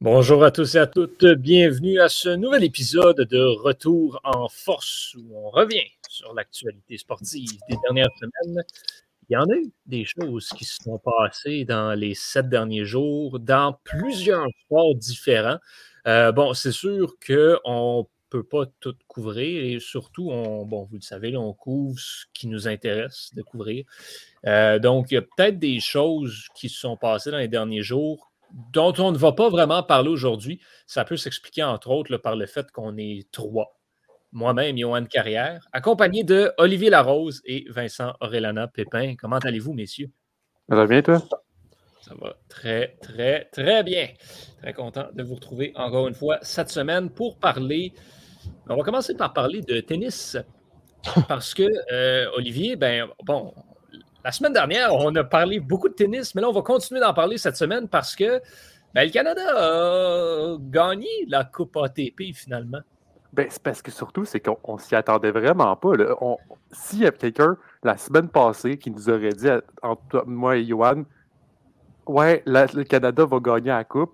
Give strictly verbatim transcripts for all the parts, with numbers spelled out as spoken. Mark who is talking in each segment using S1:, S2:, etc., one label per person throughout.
S1: Bonjour à tous et à toutes, bienvenue à ce nouvel épisode de Retour en force où on revient sur l'actualité sportive des dernières semaines. Il y en a eu des choses qui se sont passées dans les sept derniers jours, dans plusieurs sports différents. Euh, bon, c'est sûr qu'on ne peut pas tout couvrir et surtout, on, bon, vous le savez, là, on couvre ce qui nous intéresse de couvrir. Euh, donc, il y a peut-être des choses qui se sont passées dans les derniers jours dont on ne va pas vraiment parler aujourd'hui. Ça peut s'expliquer, entre autres, là, par le fait qu'on est trois. Moi-même, Yoann Carrière, accompagné de Olivier Larose et Vincent Orellana Pépin. Comment allez-vous, messieurs?
S2: Ça va bien, toi?
S1: Ça va très, très, très bien. Très content de vous retrouver encore une fois cette semaine pour parler. On va commencer par parler de tennis. Parce que, euh, Olivier, ben, bon, la semaine dernière, on a parlé beaucoup de tennis, mais là, on va continuer d'en parler cette semaine parce que ben, le Canada a gagné la Coupe A T P finalement.
S2: Ben, c'est parce que surtout, c'est qu'on on s'y attendait vraiment pas. Là. On, s'il y a quelqu'un la semaine passée qui nous aurait dit, entre moi et Yoann, ouais, la, le Canada va gagner la Coupe,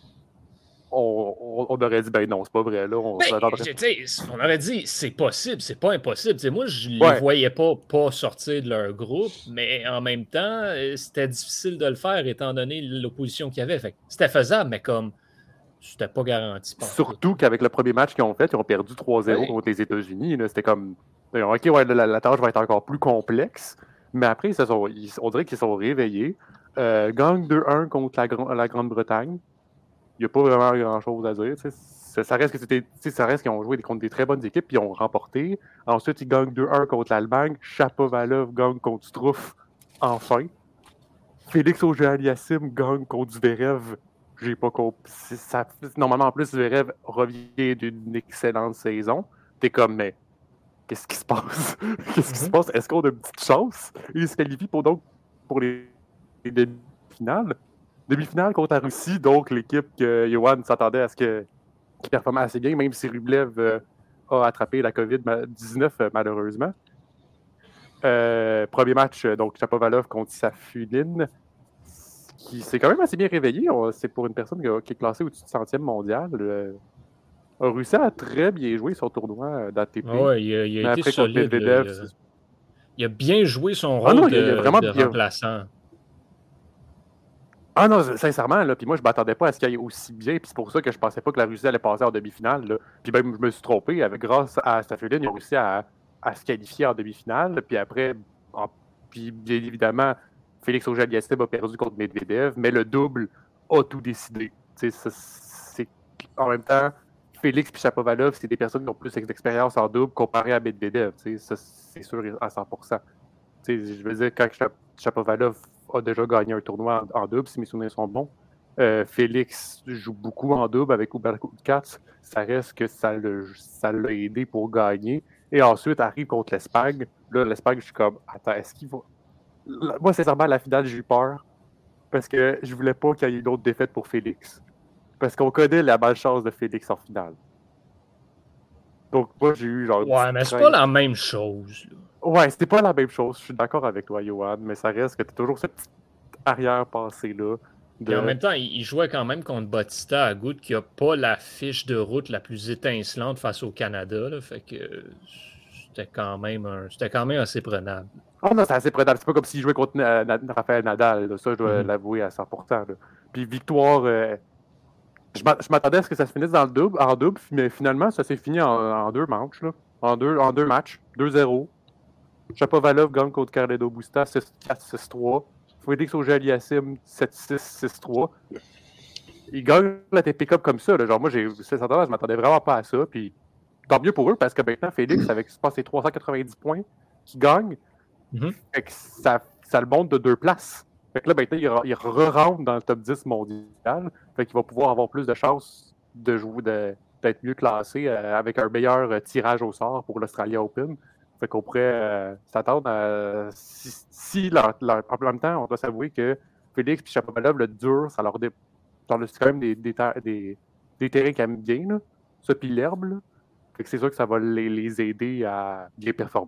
S2: on, on, on aurait dit, ben non, c'est pas vrai. Là, on,
S1: Ben,
S2: s'attendrait...
S1: on aurait dit, c'est possible, c'est pas impossible. T'sais, moi, je les
S2: ouais.
S1: voyais pas, pas sortir de leur groupe, mais en même temps, c'était difficile de le faire étant donné l'opposition qu'il y avait. Fait que c'était faisable, mais comme c'était pas garanti.
S2: Surtout qu'avec le premier match qu'ils ont fait, ils ont perdu trois zéro ouais. contre les États-Unis. Là, c'était comme, OK, ouais, la, la tâche va être encore plus complexe. Mais après, ils se sont, ils, on dirait qu'ils se sont réveillés. Euh, gagne deux un contre la, la Grande-Bretagne. Il n'y a pas vraiment grand-chose à dire. Ça, ça reste que c'était, ça reste qu'ils ont joué contre des très bonnes équipes puis ils ont remporté. Ensuite, ils gagnent deux un contre l'Allemagne. Shapovalov gagne contre Struff, enfin. Félix Auger-Aliassime gagne contre Zverev. J'ai pas compris. Ça, normalement, en plus, Zverev revient d'une excellente saison. T'es comme, mais qu'est-ce qui se passe? qu'est-ce qui mm-hmm. se passe? Est-ce qu'on a une petite chance? Il se qualifie pour, donc, pour les, les demi-finales. Demi-finale contre la Russie, donc l'équipe que Yoann s'attendait à ce que, qui performait assez bien, même si Rublev euh, a attrapé la covid dix-neuf, euh, malheureusement. Euh, premier match, donc Shapovalov contre Safiullin, qui s'est quand même assez bien réveillé. C'est pour une personne qui est classée au-dessus du centième mondial. Euh, a réussi à très bien jouer son tournoi d'A T P.
S1: Ah ouais, il a, il a été
S2: après,
S1: solide. Medvedev, il, a, il a bien joué son rôle ah non, de, il a vraiment, de remplaçant.
S2: Ah non, sincèrement, là, puis moi, je m'attendais pas à ce qu'il aille aussi bien, puis c'est pour ça que je pensais pas que la Russie allait passer en demi-finale. Là. Puis même, je me suis trompé. Avec, grâce à Safiullin, il a réussi à, à se qualifier en demi-finale. Puis après, en, puis bien évidemment, Félix Auger-Aliassime a perdu contre Medvedev, mais le double a tout décidé. Ça, c'est, en même temps, Félix et Shapovalov, c'est des personnes qui ont plus d'expérience en double comparé à Medvedev. Ça, c'est sûr à cent pour cent. T'sais, je veux dire, quand Shapovalov a déjà gagné un tournoi en, en double, si mes souvenirs sont bons, euh, Félix joue beaucoup en double avec Hubert-Hurkacz. Ça reste que ça, le, ça l'a aidé pour gagner. Et ensuite, arrive contre l'Espagne. Là, l'Espagne, je suis comme, attends, est-ce qu'il va... Là, moi, sincèrement, à la finale, j'ai eu peur parce que je voulais pas qu'il y ait une autre défaite pour Félix. Parce qu'on connaît la malchance de Félix en finale. Donc, moi, j'ai eu genre...
S1: Ouais, mais c'est pas la même chose, là.
S2: Ouais, c'était pas la même chose. Je suis d'accord avec toi, Yoann, mais ça reste que t'as toujours cette petite arrière-pensée-là.
S1: De... Puis en même temps, il jouait quand même contre Bautista Agut, qui n'a pas la fiche de route la plus étincelante face au Canada. Là, fait que c'était quand même un... c'était quand même assez prenable.
S2: Ah oh non, c'est assez prenable. C'est pas comme s'il jouait contre Na- Na- Rafael Nadal. Là. Ça, je dois mm-hmm. l'avouer à cent pour cent. Là. Puis victoire... Euh... Je m'attendais à ce que ça se finisse dans le double, en double, mais finalement, ça s'est fini en, en deux manches. Là. En, deux, en deux matchs. deux zéro. Shapovalov gagne contre Carlito Busta six quatre six trois. Félix Auger-Aliassime sept six six trois. Ils gagnent la T P Cup comme ça. Là. Genre, moi, j'ai, je m'attendais vraiment pas à ça. Puis, tant mieux pour eux, parce que maintenant, Félix, avec je pense, ses trois cent quatre-vingt-dix points, qui gagne, mm-hmm. fait que ça, ça le monte de deux places. Fait que là, maintenant, il, il re-rentre dans le top dix mondial. Fait qu'il va pouvoir avoir plus de chances de jouer, de, d'être mieux classé euh, avec un meilleur euh, tirage au sort pour l'Australia Open. Fait qu'on pourrait euh, s'attendre à... Si, si leur, leur, en même temps, on doit s'avouer que Félix et Shapovalov, le dur, ça leur... Dé... C'est quand même des, des, des, des terrains qui aiment bien, là. Ça, puis l'herbe, là. Fait que c'est sûr que ça va les, les aider à bien performer.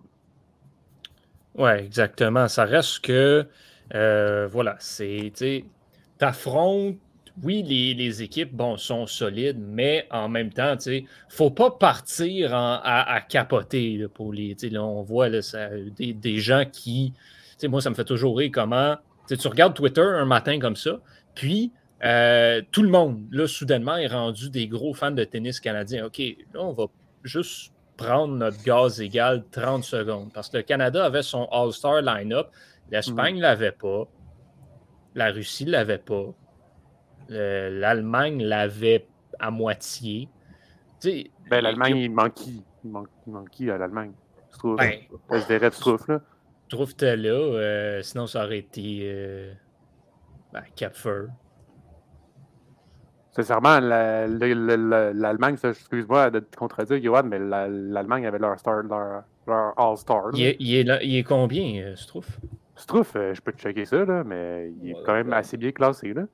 S1: Oui, exactement. Ça reste que... Euh, voilà, c'est... Tu affrontes oui, les, les équipes, bon, sont solides, mais en même temps, tu sais, faut pas partir en- à, à capoter là, pour les. Tu sais, là, on voit là, ça, des, des gens qui. Tu sais, moi, ça me fait toujours rire comment. Tu sais, tu regardes Twitter un matin comme ça, puis euh, tout le monde, là, soudainement, est rendu des gros fans de tennis canadien. OK, là, on va juste prendre notre gaz égal trente secondes. Parce que le Canada avait son All-Star line-up, l'Espagne ne
S2: Mhm.
S1: l'avait pas, la Russie ne l'avait pas. Euh, L'Allemagne l'avait à moitié. Tu sais,
S2: Ben,
S1: il y
S2: l'Allemagne,
S1: a,
S2: il manque qui? Il manque, il manque qui à l'Allemagne? Je trouve.
S1: ben,
S2: S D R F trouve, là.
S1: trouve-te là, euh, sinon ça aurait été euh, ben, Cap-Fur.
S2: Sincèrement, la- la- la- la- l'Allemagne, ça, excuse-moi de te contredire, Johan, mais la- l'Allemagne avait leur star, leur, leur All-Star.
S1: Il
S2: là.
S1: est, il est, là- il est combien, euh, je trouve?
S2: Je trouve, euh, je peux te checker ça, là, mais il est
S1: On va
S2: quand même
S1: regarder.
S2: assez bien classé. Là.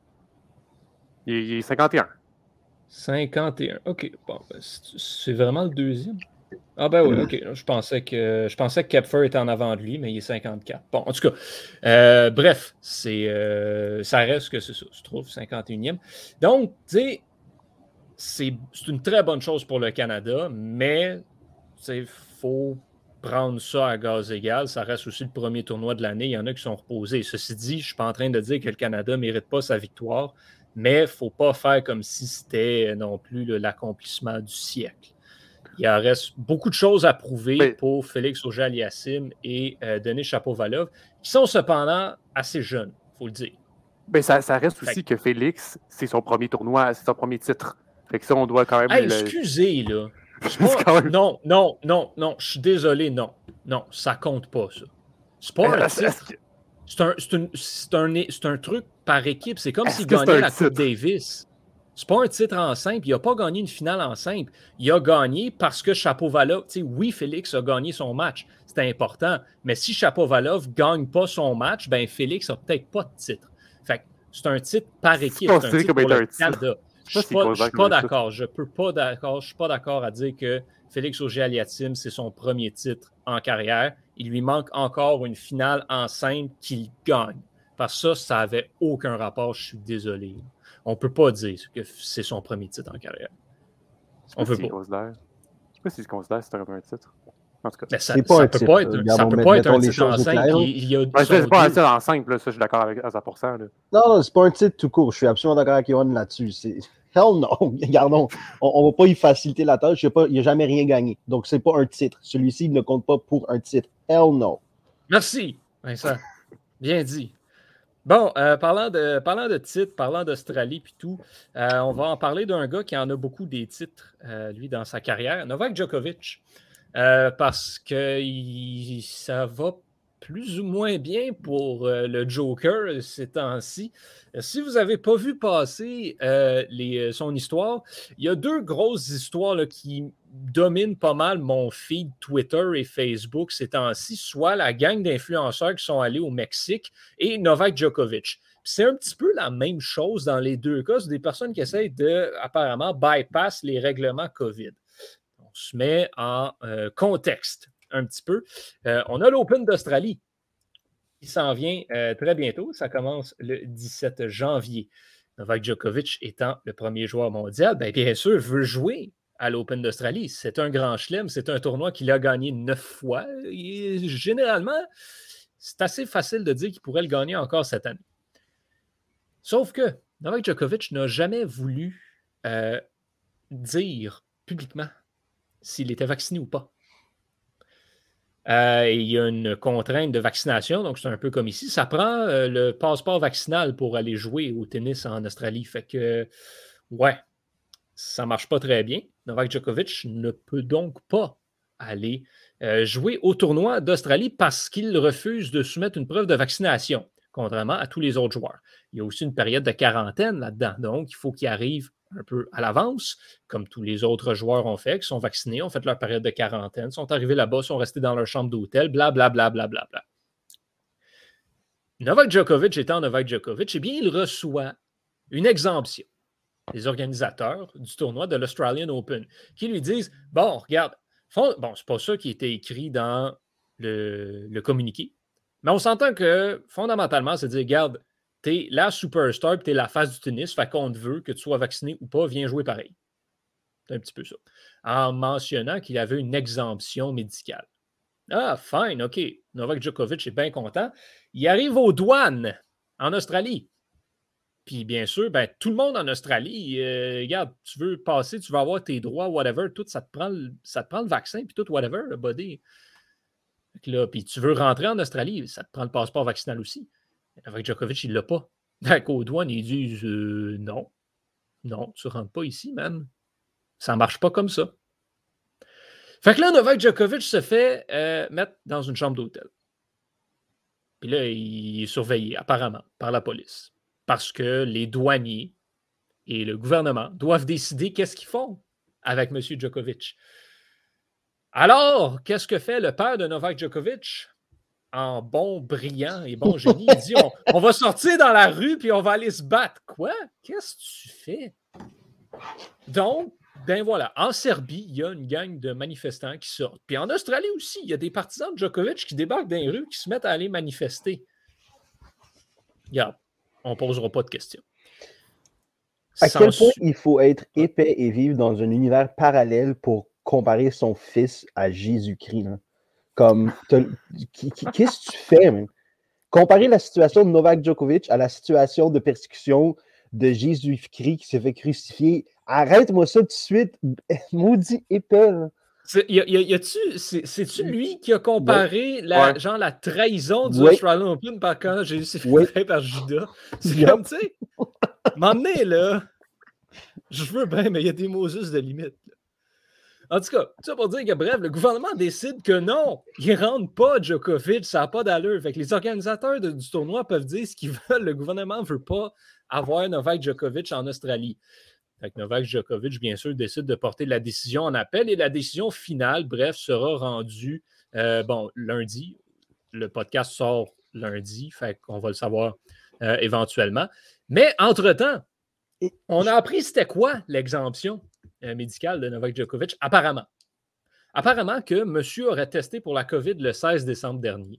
S2: Il, est, il est cinquante et un.
S1: cinquante et un. OK. Bon, ben, c'est c'est vraiment le deuxième. Ah ben oui, OK. Je pensais que je pensais que Kepfer était en avant de lui, mais il est cinquante-quatre. Bon, en tout cas, euh, bref, c'est euh, ça reste que c'est ça, je trouve, cinquante et unième. Donc, tu sais, c'est c'est une très bonne chose pour le Canada, mais il faut prendre ça à gaz égal. Ça reste aussi le premier tournoi de l'année. Il y en a qui sont reposés. Ceci dit, je ne suis pas en train de dire que le Canada ne mérite pas sa victoire, mais il ne faut pas faire comme si c'était non plus là, l'accomplissement du siècle. Il en reste beaucoup de choses à prouver
S2: Mais-
S1: pour Félix Auger-Aliassime et euh, Denis Shapovalov, qui sont cependant assez jeunes, il faut le dire.
S2: Ben, ça, ça reste
S1: Fait
S2: aussi que Félix, c'est son premier tournoi, c'est son premier titre. Fait que ça, on doit quand même
S1: Hey,
S2: le.
S1: excusez, là. C'est
S2: C'est
S1: pas...
S2: quand même-
S1: Non, non, non, non. Je suis désolé, non. Non, ça compte pas, ça. C'est pas un
S2: Est-ce- est-ce
S1: titre.
S2: que-
S1: C'est un, c'est une- c'est un, c'est un truc par équipe. C'est comme
S2: Est-ce
S1: s'il
S2: que c'est
S1: gagnait
S2: un
S1: la Coupe
S2: titre?
S1: Davis. C'est pas un titre en simple. Il n'a pas gagné une finale en simple. Il a gagné parce que Shapovalov, tu sais, oui, Félix a gagné son match. C'était important. Mais si Shapovalov ne gagne pas son match, ben Félix n'a peut-être pas de titre. Fait que c'est un titre par équipe. C'est un
S2: considéré
S1: titre
S2: comme
S1: pour
S2: étant
S1: le
S2: un titre.
S1: Canada.
S2: Je sais
S1: Je
S2: pas
S1: ne
S2: s'il
S1: suis
S2: considère
S1: pas
S2: comme un titre.
S1: d'accord. Je peux pas d'accord. Je suis pas d'accord à dire que Félix Auger-Aliassime, c'est son premier titre en carrière. Il lui manque encore une finale en simple qu'il gagne. Parce que ça, ça n'avait aucun rapport. Je suis désolé. On ne peut pas dire que c'est son premier titre en carrière. On
S2: Je sais
S1: peut
S2: pas
S1: pas.
S2: s'il considère. Je sais pas s'il considère que c'est comme un titre. En tout cas.
S1: Mais ça
S3: C'est pas
S1: ça
S3: un
S1: peut
S3: titre.
S1: pas être,
S3: Regardons,
S1: ça peut
S3: met-
S1: pas être
S3: mettons
S1: un
S3: les
S1: titre en
S3: choses au
S1: simple.
S3: clair.
S1: Il, il y a
S2: Ouais,
S1: son
S2: c'est pas un
S1: deux.
S2: titre en simple, là, ça, je suis d'accord avec à cent pour cent. Là.
S3: Non, non, c'est pas un titre tout court. Je suis absolument d'accord avec Yohan là-dessus. C'est... Hell no. Regardons, on ne va pas y faciliter la tâche. Il n'a jamais rien gagné. Donc, c'est pas un titre. Celui-ci il ne compte pas pour un titre. Hell no.
S1: Merci, Vincent. Bien dit. Bon, euh, parlant, de, parlant de titres, parlant d'Australie puis tout, euh, on va en parler d'un gars qui en a beaucoup des titres, euh, lui, dans sa carrière, Novak Djokovic, euh, parce que il, ça va plus ou moins bien pour euh, le Joker ces temps-ci. Si vous n'avez pas vu passer euh, les, son histoire, il y a deux grosses histoires là, qui dominent pas mal mon feed Twitter et Facebook ces temps-ci, soit la gang d'influenceurs qui sont allés au Mexique et Novak Djokovic. C'est un petit peu la même chose dans les deux cas. C'est des personnes qui essayent de, apparemment, bypass les règlements COVID. On se met en euh, contexte un petit peu. Euh, on a l'Open d'Australie qui s'en vient euh, très bientôt. Ça commence le dix-sept janvier. Novak Djokovic étant le premier joueur mondial, bien, bien sûr, veut jouer à l'Open d'Australie. C'est un grand chelem. C'est un tournoi qu'il a gagné neuf fois. Et généralement, c'est assez facile de dire qu'il pourrait le gagner encore cette année. Sauf que Novak Djokovic n'a jamais voulu euh, dire publiquement s'il était vacciné ou pas. Euh, il y a une contrainte de vaccination, donc c'est un peu comme ici. Ça prend euh, le passeport vaccinal pour aller jouer au tennis en Australie. Fait que, ouais, ça ne marche pas très bien. Novak Djokovic ne peut donc pas aller euh, jouer au tournoi d'Australie parce qu'il refuse de soumettre une preuve de vaccination, contrairement à tous les autres joueurs. Il y a aussi une période de quarantaine là-dedans, donc il faut qu'il arrive un peu à l'avance, comme tous les autres joueurs ont fait, qui sont vaccinés, ont fait leur période de quarantaine, sont arrivés là-bas, sont restés dans leur chambre d'hôtel, blablabla. Bla, bla, bla. Novak Djokovic étant Novak Djokovic, eh bien, il reçoit une exemption des organisateurs du tournoi de l'Australian Open qui lui disent, bon, regarde, fond... bon, c'est pas ça qui était écrit dans le, le communiqué, mais on s'entend que, fondamentalement, c'est de dire, regarde, t'es la superstar et t'es la face du tennis, fait qu'on te veut, que tu sois vacciné ou pas, viens jouer pareil. C'est un petit peu ça. En mentionnant qu'il avait une exemption médicale. Ah, fine, OK. Novak Djokovic est bien content. Il arrive aux douanes en Australie. Puis bien sûr, ben, tout le monde en Australie, euh, regarde, tu veux passer, tu veux avoir tes droits, whatever, tout, ça te prend le, ça te prend le vaccin, puis tout, whatever, le body. Là, puis tu veux rentrer en Australie, ça te prend le passeport vaccinal aussi. Avec Djokovic, il ne l'a pas. Donc, aux douanes, ils disent euh, non, non, tu ne rentres pas ici, man. Ça ne marche pas comme ça. Fait que là, Novak Djokovic se fait euh, mettre dans une chambre d'hôtel. Puis là, il est surveillé, apparemment, par la police. Parce que les douaniers et le gouvernement doivent décider qu'est-ce qu'ils font avec M. Djokovic. Alors, qu'est-ce que fait le père de Novak Djokovic? En bon brillant et bon génie, il dit on, on va sortir dans la rue puis on va aller se battre. Quoi? Qu'est-ce que tu fais? Donc, ben voilà, en Serbie, il y a une gang de manifestants qui sortent. Puis en Australie aussi, il y a des partisans de Djokovic qui débarquent dans les rues, qui se mettent à aller manifester. Regarde, on ne posera pas de questions.
S3: À Sans quel point su... il faut être épais et vivre dans un univers parallèle pour comparer son fils à Jésus-Christ, là. Comme, qu'est-ce que tu fais, man? Comparer la situation de Novak Djokovic à la situation de persécution de Jésus-Christ qui s'est fait crucifier. Arrête-moi ça tout de suite. Maudit épais, là.
S1: C'est, y a, y a, y a-tu, c'est, c'est-tu lui qui a comparé ouais. la, ouais. genre, la trahison du ouais. Australian Open par quand Jésus s'est fait ouais. par Judas? C'est yep. comme, tu sais, m'emmener, là, je veux bien, mais il y a des Moses de limite. Là. En tout cas, ça pour dire que, bref, le gouvernement décide que non, il ne rentre pas Djokovic, ça n'a pas d'allure. Fait que les organisateurs de, du tournoi peuvent dire ce qu'ils veulent. Le gouvernement ne veut pas avoir Novak Djokovic en Australie. Fait que Novak Djokovic, bien sûr, décide de porter la décision en appel et la décision finale, bref, sera rendue, euh, bon, lundi. Le podcast sort lundi, fait qu'on va le savoir euh, éventuellement. Mais entre-temps, on a appris c'était quoi l'exemption euh, médicale de Novak Djokovic, apparemment. Apparemment que monsieur aurait testé pour la COVID le seize décembre dernier.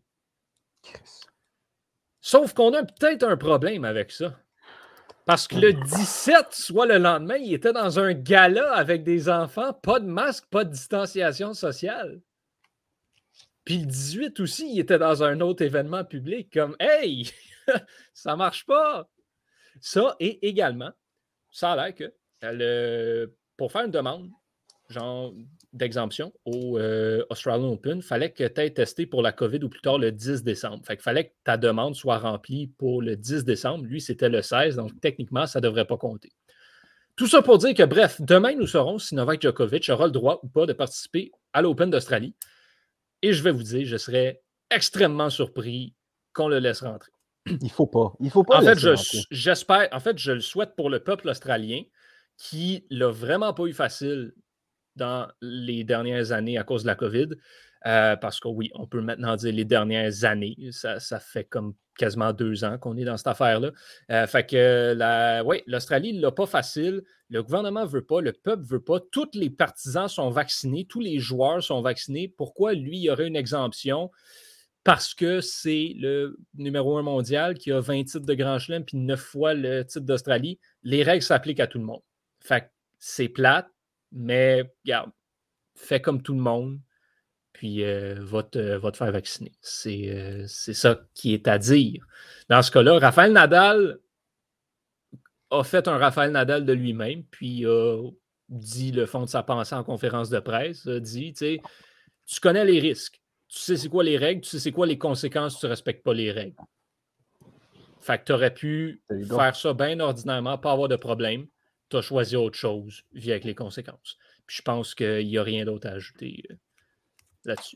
S1: Sauf qu'on a peut-être un problème avec ça. Parce que le dix-sept, soit le lendemain, il était dans un gala avec des enfants, pas de masque, pas de distanciation sociale. Puis le dix-huit aussi, il était dans un autre événement public, comme « Hey, ça marche pas! » Ça, et également, ça a l'air que le, pour faire une demande, genre d'exemption au euh, Australian Open, il fallait que tu aies testé pour la COVID ou plus tard le dix décembre. Fait qu'il fallait que ta demande soit remplie pour le dix décembre. Lui, c'était le seize, donc techniquement, ça ne devrait pas compter. Tout ça pour dire que, bref, demain, nous saurons si Novak Djokovic aura le droit ou pas de participer à l'Open d'Australie. Et je vais vous dire, je serais extrêmement surpris qu'on le laisse rentrer.
S3: Il faut pas. Il faut pas.
S1: En fait, je, j'espère, en fait, je le souhaite pour le peuple australien qui l'a vraiment pas eu facile dans les dernières années à cause de la COVID. Euh, parce que oui, on peut maintenant dire les dernières années. Ça, ça fait comme quasiment deux ans qu'on est dans cette affaire-là. Euh, fait que la, ouais, l'Australie ne l'a pas facile. Le gouvernement ne veut pas, le peuple ne veut pas. Tous les partisans sont vaccinés, tous les joueurs sont vaccinés. Pourquoi lui, il y aurait une exemption? Parce que c'est le numéro un mondial qui a vingt titres de Grand Chelem puis neuf fois le titre d'Australie. Les règles s'appliquent à tout le monde. Fait que c'est plate, mais regarde, fais comme tout le monde, puis euh, va, te, va te faire vacciner. C'est, euh, c'est ça qui est à dire. Dans ce cas-là, Rafael Nadal a fait un Rafael Nadal de lui-même, puis a dit le fond de sa pensée en conférence de presse, a dit, tu sais, tu connais les risques. Tu sais c'est quoi les règles, tu sais c'est quoi les conséquences si tu ne respectes pas les règles. Fait que tu aurais pu faire ça bien ordinairement, pas avoir de problème. Tu as choisi autre chose, vis avec les conséquences. Puis je pense qu'il n'y a rien d'autre à ajouter euh, là-dessus.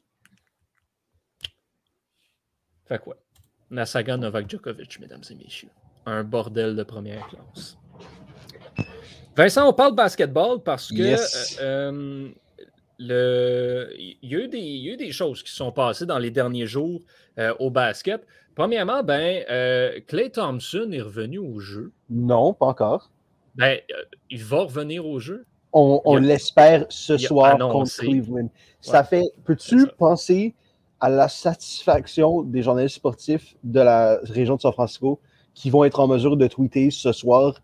S1: Fait quoi? La saga Novak Djokovic, mesdames et messieurs. Un bordel de première classe. Vincent, on parle basketball parce que yes. euh, euh, Le... Il, y a eu des, il y a eu des choses qui sont passées dans les derniers jours euh, au basket. Premièrement, ben, euh, Klay Thompson est revenu au jeu.
S3: Non, pas encore.
S1: Ben, euh, il va revenir au jeu.
S3: On, on a, l'espère ce soir
S1: annoncé.
S3: contre Cleveland. Ça ouais, fait. Peux-tu ça. penser à la satisfaction des journalistes sportifs de la région de San Francisco qui vont être en mesure de tweeter ce soir,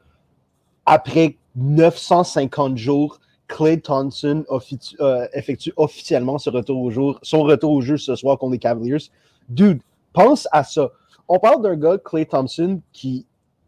S3: après neuf cent cinquante jours, Klay Thompson offici- euh, effectue officiellement ce retour au jour, son retour au jeu ce soir contre les Cavaliers. Dude, pense à ça. On parle d'un gars, Klay Thompson, qui...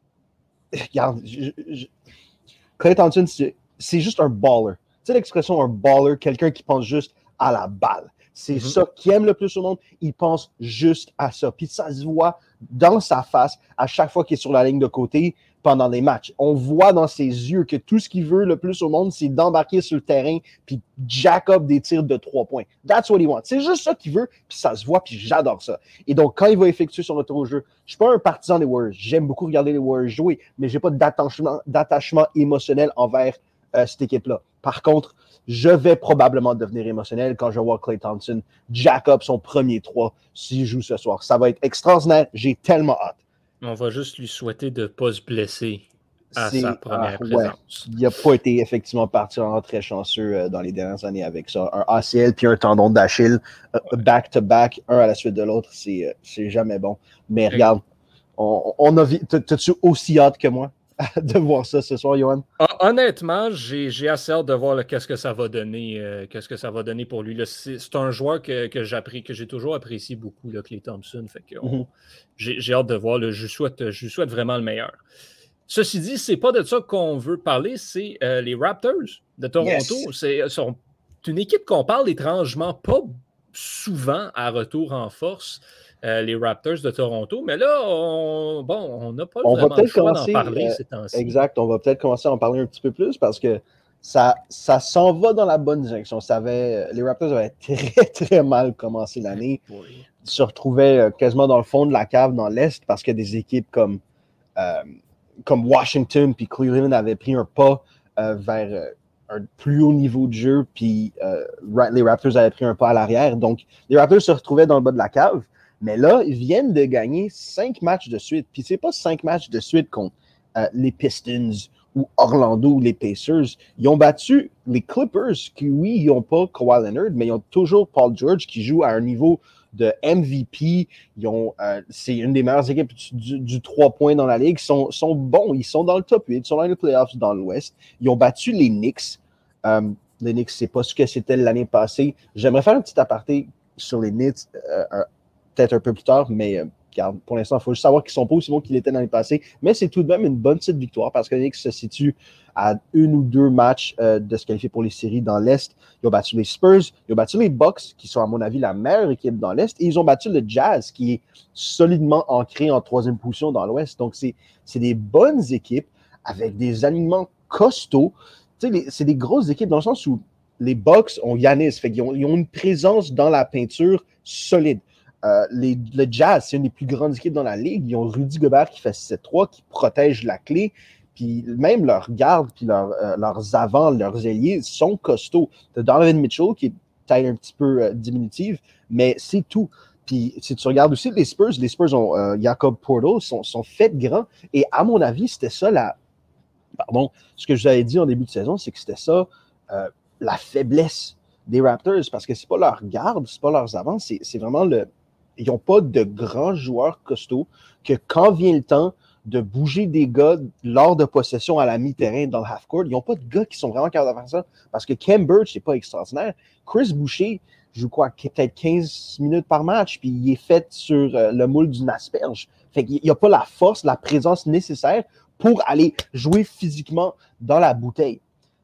S3: Regarde, je, je... Klay Thompson, c'est, c'est juste un baller. Tu sais l'expression un baller, quelqu'un qui pense juste à la balle. C'est mm-hmm. ça qu'il aime le plus au monde. Il pense juste à ça. Puis ça se voit dans sa face à chaque fois qu'il est sur la ligne de côté pendant les matchs. On voit dans ses yeux que tout ce qu'il veut le plus au monde, c'est d'embarquer sur le terrain puis jack up des tirs de trois points. That's what he wants. C'est juste ça qu'il veut, puis ça se voit, puis j'adore ça. Et donc, quand il va effectuer son retour au jeu, je suis pas un partisan des Warriors. J'aime beaucoup regarder les Warriors jouer, mais j'ai pas d'attachement, d'attachement émotionnel envers euh, cette équipe-là. Par contre, je vais probablement devenir émotionnel quand je vois Klay Thompson jack up son premier trois s'il joue ce soir. Ça va être extraordinaire. J'ai tellement hâte.
S1: On va juste lui souhaiter de ne pas se blesser à
S3: C'est,
S1: sa première
S3: ah,
S1: présence.
S3: Ouais. Il n'a pas été effectivement particulièrement très chanceux euh, dans les dernières années avec ça. Un A C L puis un tendon d'Achille, euh, ouais. back-to-back, un à la suite de l'autre, c'est, euh, c'est jamais bon. Mais okay. regarde, on, on a vu. T'as-tu aussi hâte que moi de voir ça ce soir, Johan?
S1: Honnêtement, j'ai, j'ai assez hâte de voir là, qu'est-ce que ça va donner, euh, qu'est-ce que ça va donner pour lui. Là, c'est, c'est un joueur que, que, que j'ai toujours apprécié beaucoup, là, Klay Thompson. Fait que on, mm-hmm. j'ai, j'ai hâte de voir. Là, je, lui souhaite, je lui souhaite vraiment le meilleur. Ceci dit, c'est pas de ça qu'on veut parler, c'est euh, les Raptors de Toronto. Yes. C'est, c'est une équipe qu'on parle étrangement pas souvent à retour en force. Euh, les Raptors de Toronto. Mais là, on bon, on n'a pas
S3: on
S1: vraiment
S3: va
S1: le choix
S3: commencer,
S1: d'en parler
S3: euh,
S1: ces temps-ci.
S3: Exact. On va peut-être commencer à en parler un petit peu plus parce que ça, ça s'en va dans la bonne direction. Ça avait, les Raptors avaient très, très mal commencé l'année. Oui. Ils se retrouvaient quasiment dans le fond de la cave dans l'Est parce que des équipes comme, euh, comme Washington puis Cleveland avaient pris un pas euh, vers euh, un plus haut niveau de jeu, puis euh, les Raptors avaient pris un pas à l'arrière. Donc, les Raptors se retrouvaient dans le bas de la cave. Mais là, ils viennent de gagner cinq matchs de suite. Puis c'est pas cinq matchs de suite contre euh, les Pistons ou Orlando ou les Pacers. Ils ont battu les Clippers, qui, oui, ils n'ont pas Kawhi Leonard, mais ils ont toujours Paul George qui joue à un niveau de M V P. Ils ont, euh, c'est une des meilleures équipes du, du trois points dans la ligue. Ils sont, sont bons. Ils sont dans le top huit. Ils sont dans les playoffs dans l'Ouest. Ils ont battu les Knicks. Euh, les Knicks, c'est pas ce que c'était l'année passée. J'aimerais faire un petit aparté sur les Knicks. Euh, un, peut-être un peu plus tard, mais euh, regarde, pour l'instant, il faut juste savoir qu'ils sont pas aussi bons qu'ils étaient dans les passés. Mais c'est tout de même une bonne petite victoire parce que les Knicks se situent à une ou deux matchs euh, de se qualifier pour les séries dans l'Est. Ils ont battu les Spurs, ils ont battu les Bucks, qui sont à mon avis la meilleure équipe dans l'Est, et ils ont battu le Jazz, qui est solidement ancré en troisième position dans l'Ouest. Donc, c'est, c'est des bonnes équipes avec des alignements costauds. Tu sais, les, c'est des grosses équipes dans le sens où les Bucks ont Giannis, fait qu'ils ont, ils ont une présence dans la peinture solide. Euh, les, le Jazz, c'est une des plus grandes équipes dans la ligue. Ils ont Rudy Gobert qui fait sept trois, qui protège la clé. Puis même leurs gardes, puis leur, euh, leurs avants, leurs ailiers sont costauds. T'as Donovan Mitchell qui est taille un petit peu euh, diminutive, mais c'est tout. Puis si tu regardes aussi les Spurs, les Spurs ont euh, Jakob Poeltl, sont, sont faits grands. Et à mon avis, c'était ça la... Pardon, ce que je vous avais dit en début de saison, c'est que c'était ça euh, la faiblesse des Raptors, parce que c'est pas leur garde, c'est pas leurs avants, c'est, c'est vraiment le... Ils n'ont pas de grands joueurs costauds que quand vient le temps de bouger des gars lors de possession à la mi-terrain dans le half-court, ils n'ont pas de gars qui sont vraiment capables de faire ça. Parce que Khem Birch, c'est pas extraordinaire. Chris Boucher joue quoi, peut-être quinze minutes par match, puis il est fait sur euh, le moule d'une asperge. Fait qu'il n'y a pas la force, la présence nécessaire pour aller jouer physiquement dans la bouteille.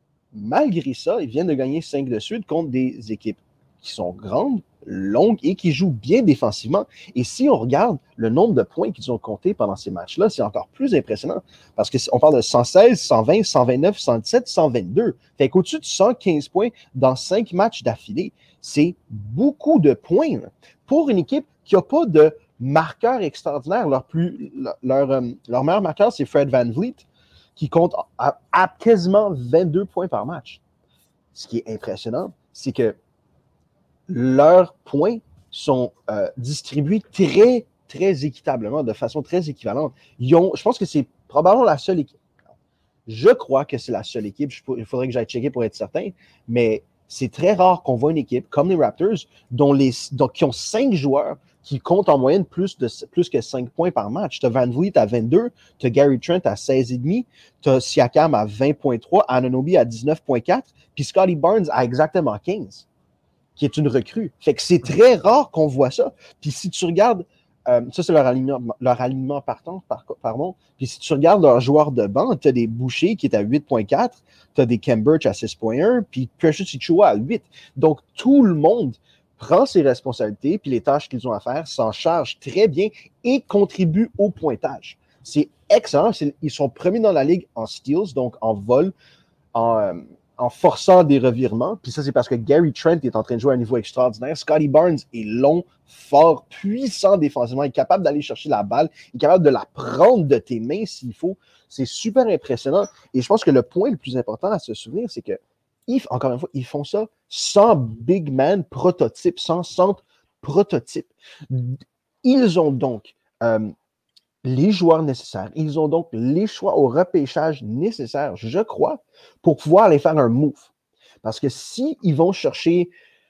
S3: Malgré ça, ils viennent de gagner cinq de suite contre des équipes qui sont grandes, longues et qui jouent bien défensivement. Et si on regarde le nombre de points qu'ils ont comptés pendant ces matchs-là, c'est encore plus impressionnant parce qu'on parle de cent seize, cent vingt, cent vingt-neuf, cent dix-sept, cent vingt-deux. Fait qu'au-dessus de cent quinze points dans cinq matchs d'affilée, c'est beaucoup de points là, pour une équipe qui n'a pas de marqueur extraordinaire. Leur, plus, leur, leur, leur meilleur marqueur, c'est Fred VanVleet, qui compte à, à quasiment vingt-deux points par match. Ce qui est impressionnant, c'est que leurs points sont euh, distribués très, très équitablement, de façon très équivalente. Ils ont, je pense que c'est probablement la seule équipe. Je crois que c'est la seule équipe. Je, il faudrait que j'aille checker pour être certain, mais c'est très rare qu'on voit une équipe comme les Raptors dont les, dont, qui ont cinq joueurs qui comptent en moyenne plus, de, plus que cinq points par match. Tu as Van Vliet à vingt-deux, tu as Gary Trent à seize virgule cinq, tu as Siakam à vingt virgule trois, Anunoby à dix-neuf virgule quatre, puis Scotty Barnes à exactement quinze, qui est une recrue. Fait que c'est très rare qu'on voit ça. Puis si tu regardes, euh, ça c'est leur alignement, leur alignement partant, par, pardon, puis si tu regardes leurs joueurs de banc, tu as des Boucher qui est à huit virgule quatre, tu as des Khem Birch à six virgule un, puis Precious Achiuwa à huit. Donc tout le monde prend ses responsabilités, puis les tâches qu'ils ont à faire, s'en chargent très bien et contribuent au pointage. C'est excellent. C'est, ils sont premiers dans la ligue en steals, donc en vol, en, euh, en forçant des revirements. Puis ça, c'est parce que Gary Trent est en train de jouer à un niveau extraordinaire. Scotty Barnes est long, fort, puissant défensivement. Il est capable d'aller chercher la balle. Il est capable de la prendre de tes mains s'il faut. C'est super impressionnant. Et je pense que le point le plus important à se souvenir, c'est que, ils, encore une fois, ils font ça sans big man prototype, sans centre prototype. Ils ont donc euh, les joueurs nécessaires. Ils ont donc les choix au repêchage nécessaires, je crois, pour pouvoir aller faire un move. Parce que s'ils vont chercher...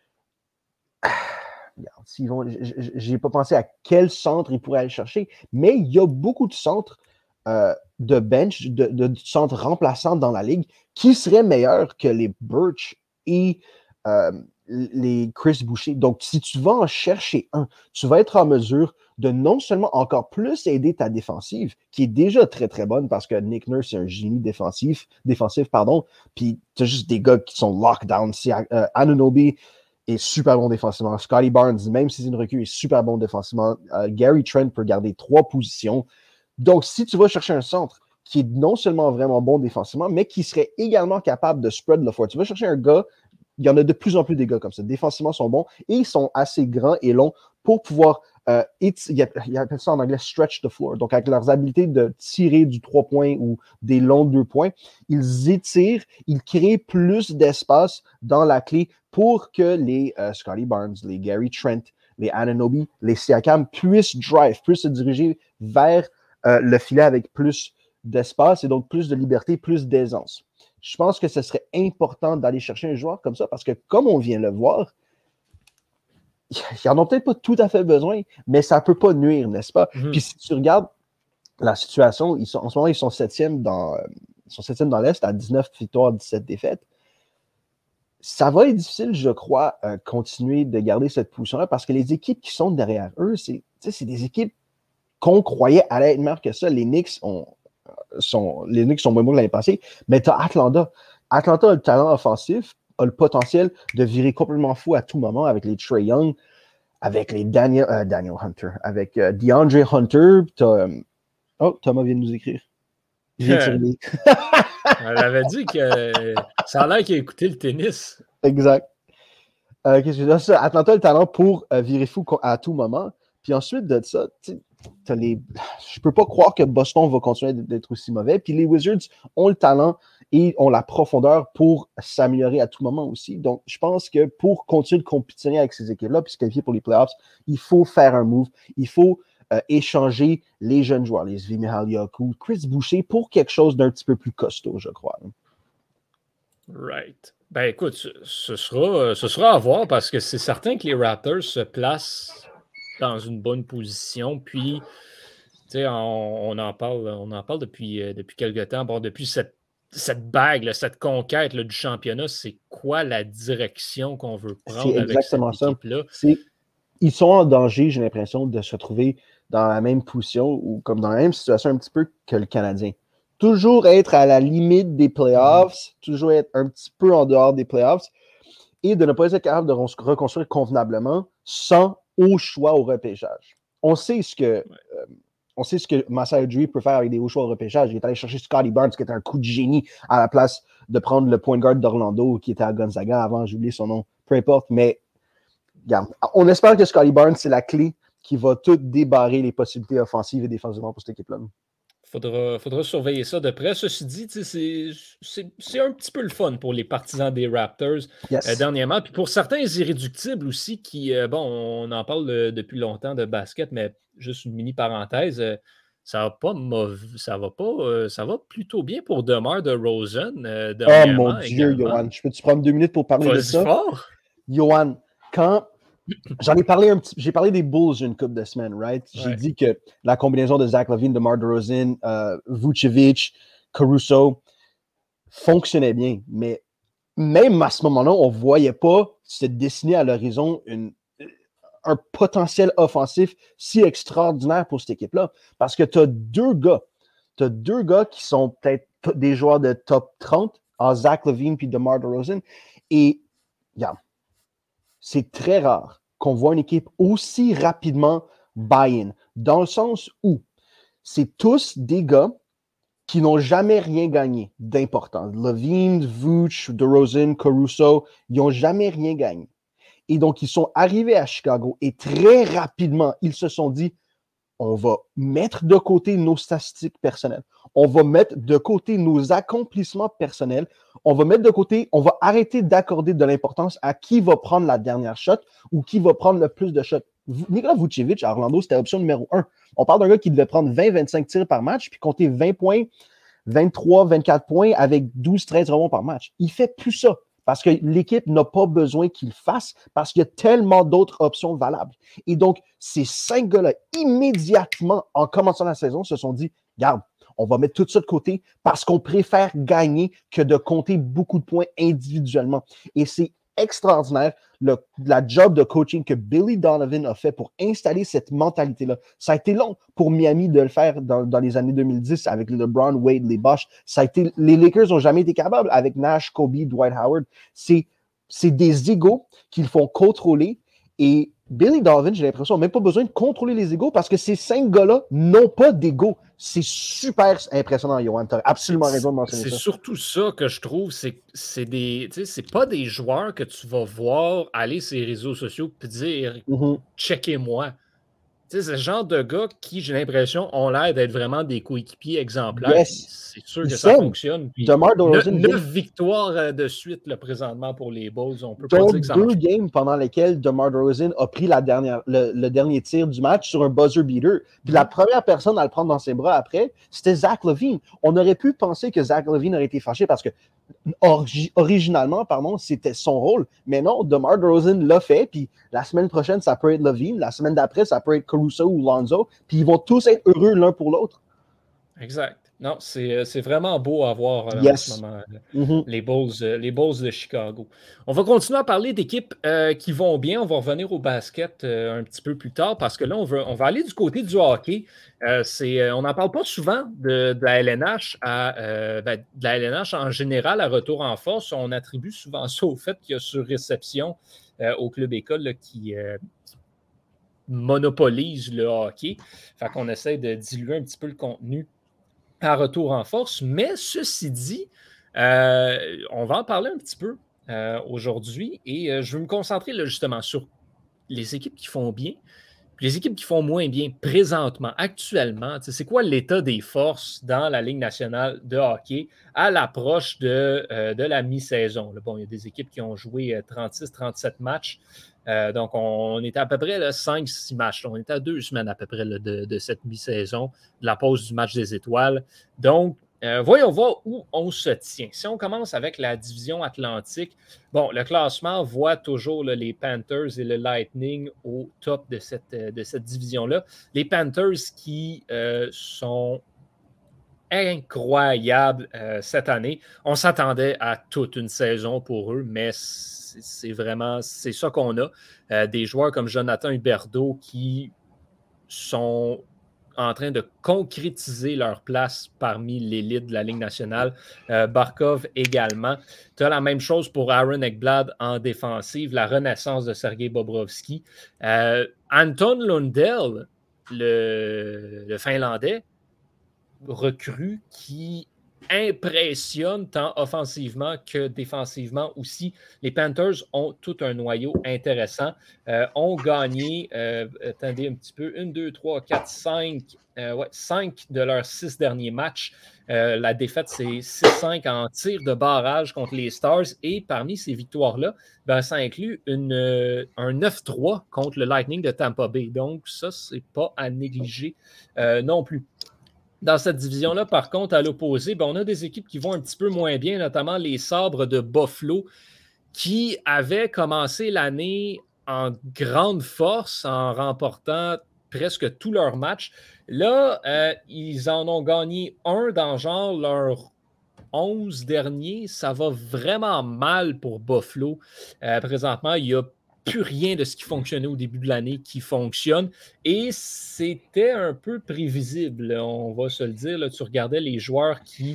S3: Regarde, s'ils vont... J'ai pas pensé à quel centre ils pourraient aller chercher, mais il y a beaucoup de centres euh, de bench, de, de, de centres remplaçants dans la ligue qui seraient meilleurs que les Birch et euh, les Chris Boucher. Donc, si tu vas en chercher un, tu vas être en mesure de non seulement encore plus aider ta défensive, qui est déjà très, très bonne parce que Nick Nurse est un génie défensif, défensif, pardon, puis tu as juste des gars qui sont lockdown. Euh, Anunoby est super bon défensivement. Scotty Barnes, même si c'est une recrue, est super bon défensivement. Euh, Gary Trent peut garder trois positions. Donc, si tu vas chercher un centre qui est non seulement vraiment bon défensivement, mais qui serait également capable de spread le floor, tu vas chercher un gars, il y en a de plus en plus des gars comme ça. Défensivement, sont bons et ils sont assez grands et longs pour pouvoir, euh, ils appellent ça en anglais stretch the floor. Donc, avec leurs habiletés de tirer du trois points ou des longs deux points, ils étirent, ils créent plus d'espace dans la clé pour que les euh, Scotty Barnes, les Gary Trent, les Anunoby, les Siakam puissent drive, puissent se diriger vers euh, le filet avec plus d'espace et donc plus de liberté, plus d'aisance. Je pense que ce serait important d'aller chercher un joueur comme ça parce que, comme on vient le voir, ils n'en ont peut-être pas tout à fait besoin, mais ça ne peut pas nuire, n'est-ce pas? Mm-hmm. Puis si tu regardes la situation, ils sont, en ce moment, ils sont septième dans, ils sont septième dans l'Est à dix-neuf victoires, dix-sept défaites. Ça va être difficile, je crois, euh, continuer de garder cette position-là parce que les équipes qui sont derrière eux, c'est, c'est des équipes qu'on croyait allaient être meilleures que ça. Les Knicks ont Sont, les Knicks sont moins bons que l'année passée, mais tu as Atlanta. Atlanta a le talent offensif, a le potentiel de virer complètement fou à tout moment avec les Trae Young, avec les Daniel, euh, Daniel Hunter, avec euh, DeAndre Hunter. Euh... Oh, Thomas vient de nous écrire.
S1: Elle avait dit que ça a l'air qu'il a écouté le tennis.
S3: Exact. Euh, qu'est-ce que ça? Atlanta a le talent pour euh, virer fou à tout moment. Puis ensuite de ça, t'as les... je ne peux pas croire que Boston va continuer d'être aussi mauvais. Puis les Wizards ont le talent et ont la profondeur pour s'améliorer à tout moment aussi. Donc, je pense que pour continuer de compétitionner avec ces équipes-là puis se qualifier pour les playoffs, il faut faire un move. Il faut euh, échanger les jeunes joueurs, les Svi Mykhailiuk, Chris Boucher, pour quelque chose d'un petit peu plus costaud, je crois.
S1: Right. Ben écoute, ce sera, ce sera à voir parce que c'est certain que les Raptors se placent dans une bonne position. Puis, tu sais, on, on en parle, on en parle depuis, euh, depuis quelques temps. Bon, depuis cette, cette bague, là, cette conquête là, du championnat, c'est quoi la direction qu'on veut prendre avec cette équipe-là?
S3: C'est, ils sont en danger, j'ai l'impression, de se retrouver dans la même position ou comme dans la même situation un petit peu que le Canadien. Toujours être à la limite des playoffs, mmh. toujours être un petit peu en dehors des playoffs et de ne pas être capable de reconstruire convenablement sans au choix au repêchage. On sait ce que ouais. euh, on sait ce que Masai Ujiri peut faire avec des hauts choix au repêchage. Il est allé chercher Scotty Barnes, qui était un coup de génie, à la place de prendre le point guard d'Orlando, qui était à Gonzaga avant, j'ai oublié son nom, peu importe, mais regarde, on espère que Scotty Barnes, c'est la clé qui va tout débarrer les possibilités offensives et défensivement pour cette équipe-là.
S1: Faudra, faudra surveiller ça de près. Ceci dit, c'est, c'est, c'est un petit peu le fun pour les partisans des Raptors yes. euh, dernièrement. Puis pour certains irréductibles aussi, qui, euh, bon, on en parle de, depuis longtemps de basket, mais juste une mini parenthèse, euh, ça va pas mauvais, ça va pas, euh, ça va plutôt bien pour DeMar DeRozan. Euh,
S3: oh mon Dieu, Johan, je peux-tu prendre deux minutes pour parler
S1: Vas-y
S3: de ça?
S1: fort.
S3: Johan, quand J'en ai parlé un petit j'ai parlé des Bulls une couple de semaines, right? J'ai
S1: ouais.
S3: dit que la combinaison de Zach LaVine, DeMar DeRozan, euh, Vucevic, Caruso fonctionnait bien. Mais même à ce moment-là, on ne voyait pas se dessiner à l'horizon une, un potentiel offensif si extraordinaire pour cette équipe-là. Parce que tu as deux gars. Tu as deux gars qui sont peut-être des joueurs de top trente, en Zach LaVine puis DeMar DeRozan. Et, regarde, c'est très rare qu'on voit une équipe aussi rapidement buy-in. Dans le sens où c'est tous des gars qui n'ont jamais rien gagné d'important. LaVine, Vooch, DeRozan, Caruso, ils n'ont jamais rien gagné. Et donc, ils sont arrivés à Chicago et très rapidement, ils se sont dit, on va mettre de côté nos statistiques personnelles. On va mettre de côté nos accomplissements personnels. On va mettre de côté, on va arrêter d'accorder de l'importance à qui va prendre la dernière shot ou qui va prendre le plus de shots. Nikola Vucevic à Orlando, c'était option numéro un. On parle d'un gars qui devait prendre vingt à vingt-cinq tirs par match puis compter vingt points, vingt-trois à vingt-quatre points avec douze à treize rebonds par match. Il fait plus ça. Parce que l'équipe n'a pas besoin qu'il le fasse, parce qu'il y a tellement d'autres options valables. Et donc, ces cinq gars-là, immédiatement, en commençant la saison, se sont dit, regarde, on va mettre tout ça de côté parce qu'on préfère gagner que de compter beaucoup de points individuellement. Et c'est extraordinaire le, la job de coaching que Billy Donovan a fait pour installer cette mentalité-là. Ça a été long pour Miami de le faire dans, dans les années deux mille dix avec les LeBron, Wade, les Bosh. Ça a été, les Lakers n'ont jamais été capables avec Nash, Kobe, Dwight Howard. C'est, c'est des égos qu'ils font contrôler et Billy Donovan, j'ai l'impression, n'a même pas besoin de contrôler les égos parce que ces cinq gars-là n'ont pas d'égos. C'est super impressionnant, Yoann. Tu as absolument raison de mentionner
S1: ça. C'est
S3: ça.
S1: surtout ça que je trouve, c'est c'est des, tu sais, c'est pas des joueurs que tu vas voir aller sur les réseaux sociaux et dire
S3: mm-hmm.
S1: « checkez-moi ». C'est ce genre de gars qui, j'ai l'impression, ont l'air d'être vraiment des coéquipiers exemplaires.
S3: Yes.
S1: C'est sûr
S3: Ils
S1: que ça
S3: s'aiment.
S1: fonctionne. Puis
S3: DeMar DeRozan
S1: neuf, neuf
S3: vient...
S1: victoires de suite là, présentement pour les Bulls. On peut
S3: T'as
S1: pas dire que ça
S3: deux
S1: marche.
S3: games pendant lesquels DeMar DeRozan a pris la dernière, le, le dernier tir du match sur un buzzer beater. Puis mm-hmm. la première personne à le prendre dans ses bras après, c'était Zach LaVine. On aurait pu penser que Zach LaVine aurait été fâché parce que origi- originalement, pardon, c'était son rôle. Mais non, DeMar DeRozan l'a fait. Puis la semaine prochaine, ça peut être LaVine. La semaine d'après, ça peut être Caruso ou Lonzo. Puis ils vont tous être heureux l'un pour l'autre.
S1: Exact. Non, c'est, c'est vraiment beau à voir là,
S3: yes.
S1: en ce moment,
S3: mm-hmm.
S1: les Bulls, les Bulls de Chicago. On va continuer à parler d'équipes euh, qui vont bien. On va revenir au basket euh, un petit peu plus tard parce que là, on, veut, on va aller du côté du hockey. Euh, c'est, on n'en parle pas souvent de, de la L N H à, euh, ben, de la L N H en général à retour en force. On attribue souvent ça au fait qu'il y a surréception euh, au club école là, qui, euh, qui monopolise le hockey. Fait qu'on essaie de diluer un petit peu le contenu à retour en force. Mais ceci dit, euh, on va en parler un petit peu euh, aujourd'hui et euh, je veux me concentrer là, justement sur les équipes qui font bien puis les équipes qui font moins bien présentement, actuellement. C'est quoi l'état des forces dans la Ligue nationale de hockey à l'approche de, euh, de la mi-saison? Là, bon, il y a des équipes qui ont joué trente-six trente-sept matchs. Euh, donc, on, on était à peu près cinq six matchs. On était à deux semaines à peu près là, de, de cette mi-saison, de la pause du match des étoiles. Donc, euh, voyons voir où on se tient. Si on commence avec la division Atlantique, bon, le classement voit toujours là, les Panthers et le Lightning au top de cette, de cette division-là. Les Panthers qui euh, sont incroyables euh, cette année. On s'attendait à toute une saison pour eux, mais c'est, c'est vraiment c'est ça qu'on a. Euh, des joueurs comme Jonathan Huberdeau qui sont en train de concrétiser leur place parmi l'élite de la Ligue nationale. Euh, Barkov également. Tu as la même chose pour Aaron Ekblad en défensive, la renaissance de Sergei Bobrovsky. Euh, Anton Lundell, le, le Finlandais, recrue qui impressionne tant offensivement que défensivement aussi. Les Panthers ont tout un noyau intéressant. Euh, ont gagné, euh, attendez un petit peu, une, deux, trois, quatre, cinq, euh, ouais, cinq de leurs six derniers matchs. Euh, la défaite, c'est six cinq en tir de barrage contre les Stars. Et parmi ces victoires-là, ben, ça inclut une, euh, un neuf trois contre le Lightning de Tampa Bay. Donc, ça, c'est pas à négliger euh, non plus. Dans cette division-là, par contre, à l'opposé, ben, on a des équipes qui vont un petit peu moins bien, notamment les Sabres de Buffalo, qui avaient commencé l'année en grande force en remportant presque tous leurs matchs. Là, euh, ils en ont gagné un dans genre leur onze derniers. Ça va vraiment mal pour Buffalo. Euh, présentement, il n'y a plus rien de ce qui fonctionnait au début de l'année qui fonctionne. Et c'était un peu prévisible, on va se le dire. Là, tu regardais les joueurs qui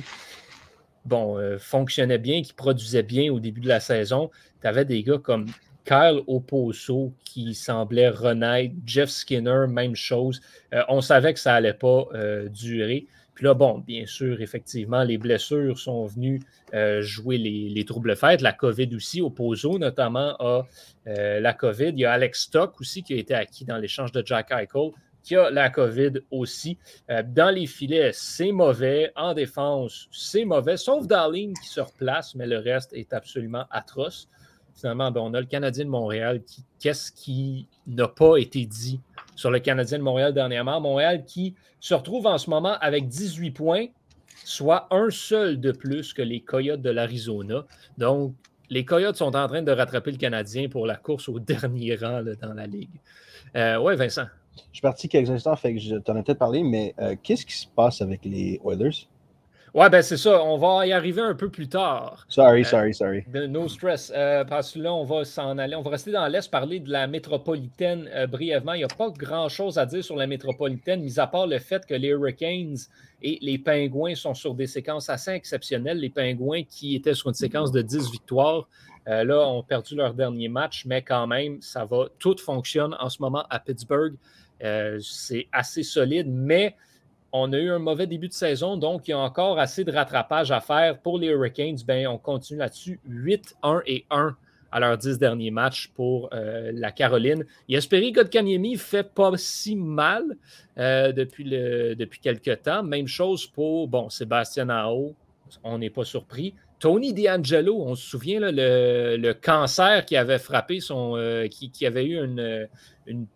S1: bon, euh, fonctionnaient bien, qui produisaient bien au début de la saison. Tu avais des gars comme Kyle Oposo qui semblait renaître, Jeff Skinner, même chose. Euh, on savait que ça n'allait pas euh, durer. Puis là, bon, bien sûr, effectivement, les blessures sont venues euh, jouer les, les troubles fêtes. La COVID aussi, Oposo notamment a euh, la COVID. Il y a Alex Stock aussi qui a été acquis dans l'échange de Jack Eichel, qui a la COVID aussi. Euh, dans les filets, c'est mauvais. En défense, c'est mauvais. Sauf Darlene qui se replace, mais le reste est absolument atroce. Finalement, ben, on a le Canadien de Montréal. Qui, qu'est-ce qui n'a pas été dit sur le Canadien de Montréal dernièrement? Montréal qui se retrouve en ce moment avec dix-huit points, soit un seul de plus que les Coyotes de l'Arizona. Donc, les Coyotes sont en train de rattraper le Canadien pour la course au dernier rang là, dans la Ligue. Euh, oui, Vincent.
S3: Je suis parti quelques instants, fait que je t'en ai peut-être parlé, mais euh, qu'est-ce qui se passe avec les Oilers?
S1: Ouais, ben c'est ça. On va y arriver un peu plus tard.
S3: Sorry, euh, sorry, sorry.
S1: No stress. Euh, parce que là, on va s'en aller. On va rester dans l'Est, parler de la métropolitaine euh, brièvement. Il n'y a pas grand-chose à dire sur la métropolitaine, mis à part le fait que les Hurricanes et les Pingouins sont sur des séquences assez exceptionnelles. Les Pingouins qui étaient sur une séquence de dix victoires, euh, là, ont perdu leur dernier match, mais quand même, ça va. Tout fonctionne en ce moment à Pittsburgh. Euh, c'est assez solide, mais on a eu un mauvais début de saison, donc il y a encore assez de rattrapage à faire pour les Hurricanes. Ben, on continue là-dessus. huit un et un à leurs dix derniers matchs pour euh, la Caroline. Jesperi Kotkaniemi fait pas si mal euh, depuis, le, depuis quelques temps. Même chose pour bon, Sébastien Aho, on n'est pas surpris. Tony DeAngelo, on se souvient là, le, le cancer qui avait frappé son. Euh, qui, qui avait eu une, une